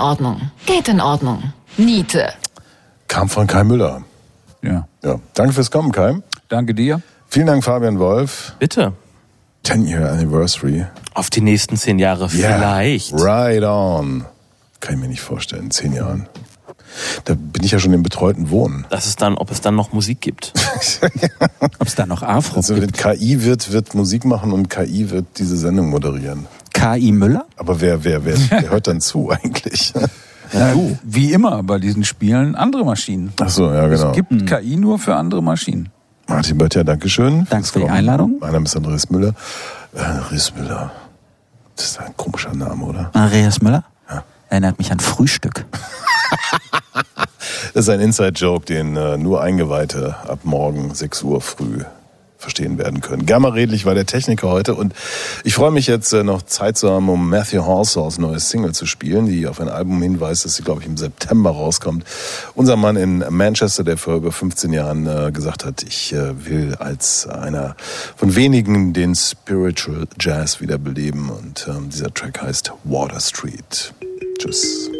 Niete. Kam von Kai Müller. Ja. Danke fürs Kommen, Kai. Danke dir. Vielen Dank, Fabian Wolf. Bitte. 10-Year Anniversary. Auf die nächsten 10 Jahre vielleicht. Right on. Kann ich mir nicht vorstellen, 10 Jahren. Da bin ich ja schon im betreuten Wohnen. Das ist dann, ob es dann noch Musik gibt. Ob es da noch Afro also gibt. KI wird Musik machen und KI wird diese Sendung moderieren. KI Müller? Aber wer hört dann zu eigentlich? Ja, wie immer bei diesen Spielen andere Maschinen. Ach so, ja genau. Es gibt KI nur für andere Maschinen. Martin Böttcher, Dankeschön. Danke für die Einladung. Mein Name ist Andreas Müller. Andreas Müller. Das ist ein komischer Name, oder? Andreas Müller? Ja. Erinnert mich an Frühstück. Das ist ein Inside-Joke, den nur Eingeweihte ab morgen 6 Uhr früh verstehen werden können. Gamma Redlich war der Techniker heute und ich freue mich jetzt noch Zeit zu haben, um Matthew Halsall's neues Single zu spielen, die auf ein Album hinweist, das sie, glaube ich, im September rauskommt. Unser Mann in Manchester, der vor über 15 Jahren gesagt hat, ich will als einer von wenigen den Spiritual Jazz wiederbeleben und dieser Track heißt Water Street. Tschüss.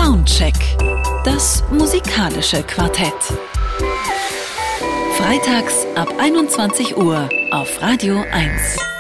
Soundcheck. Das musikalische Quartett. Freitags ab 21 Uhr auf Radio 1.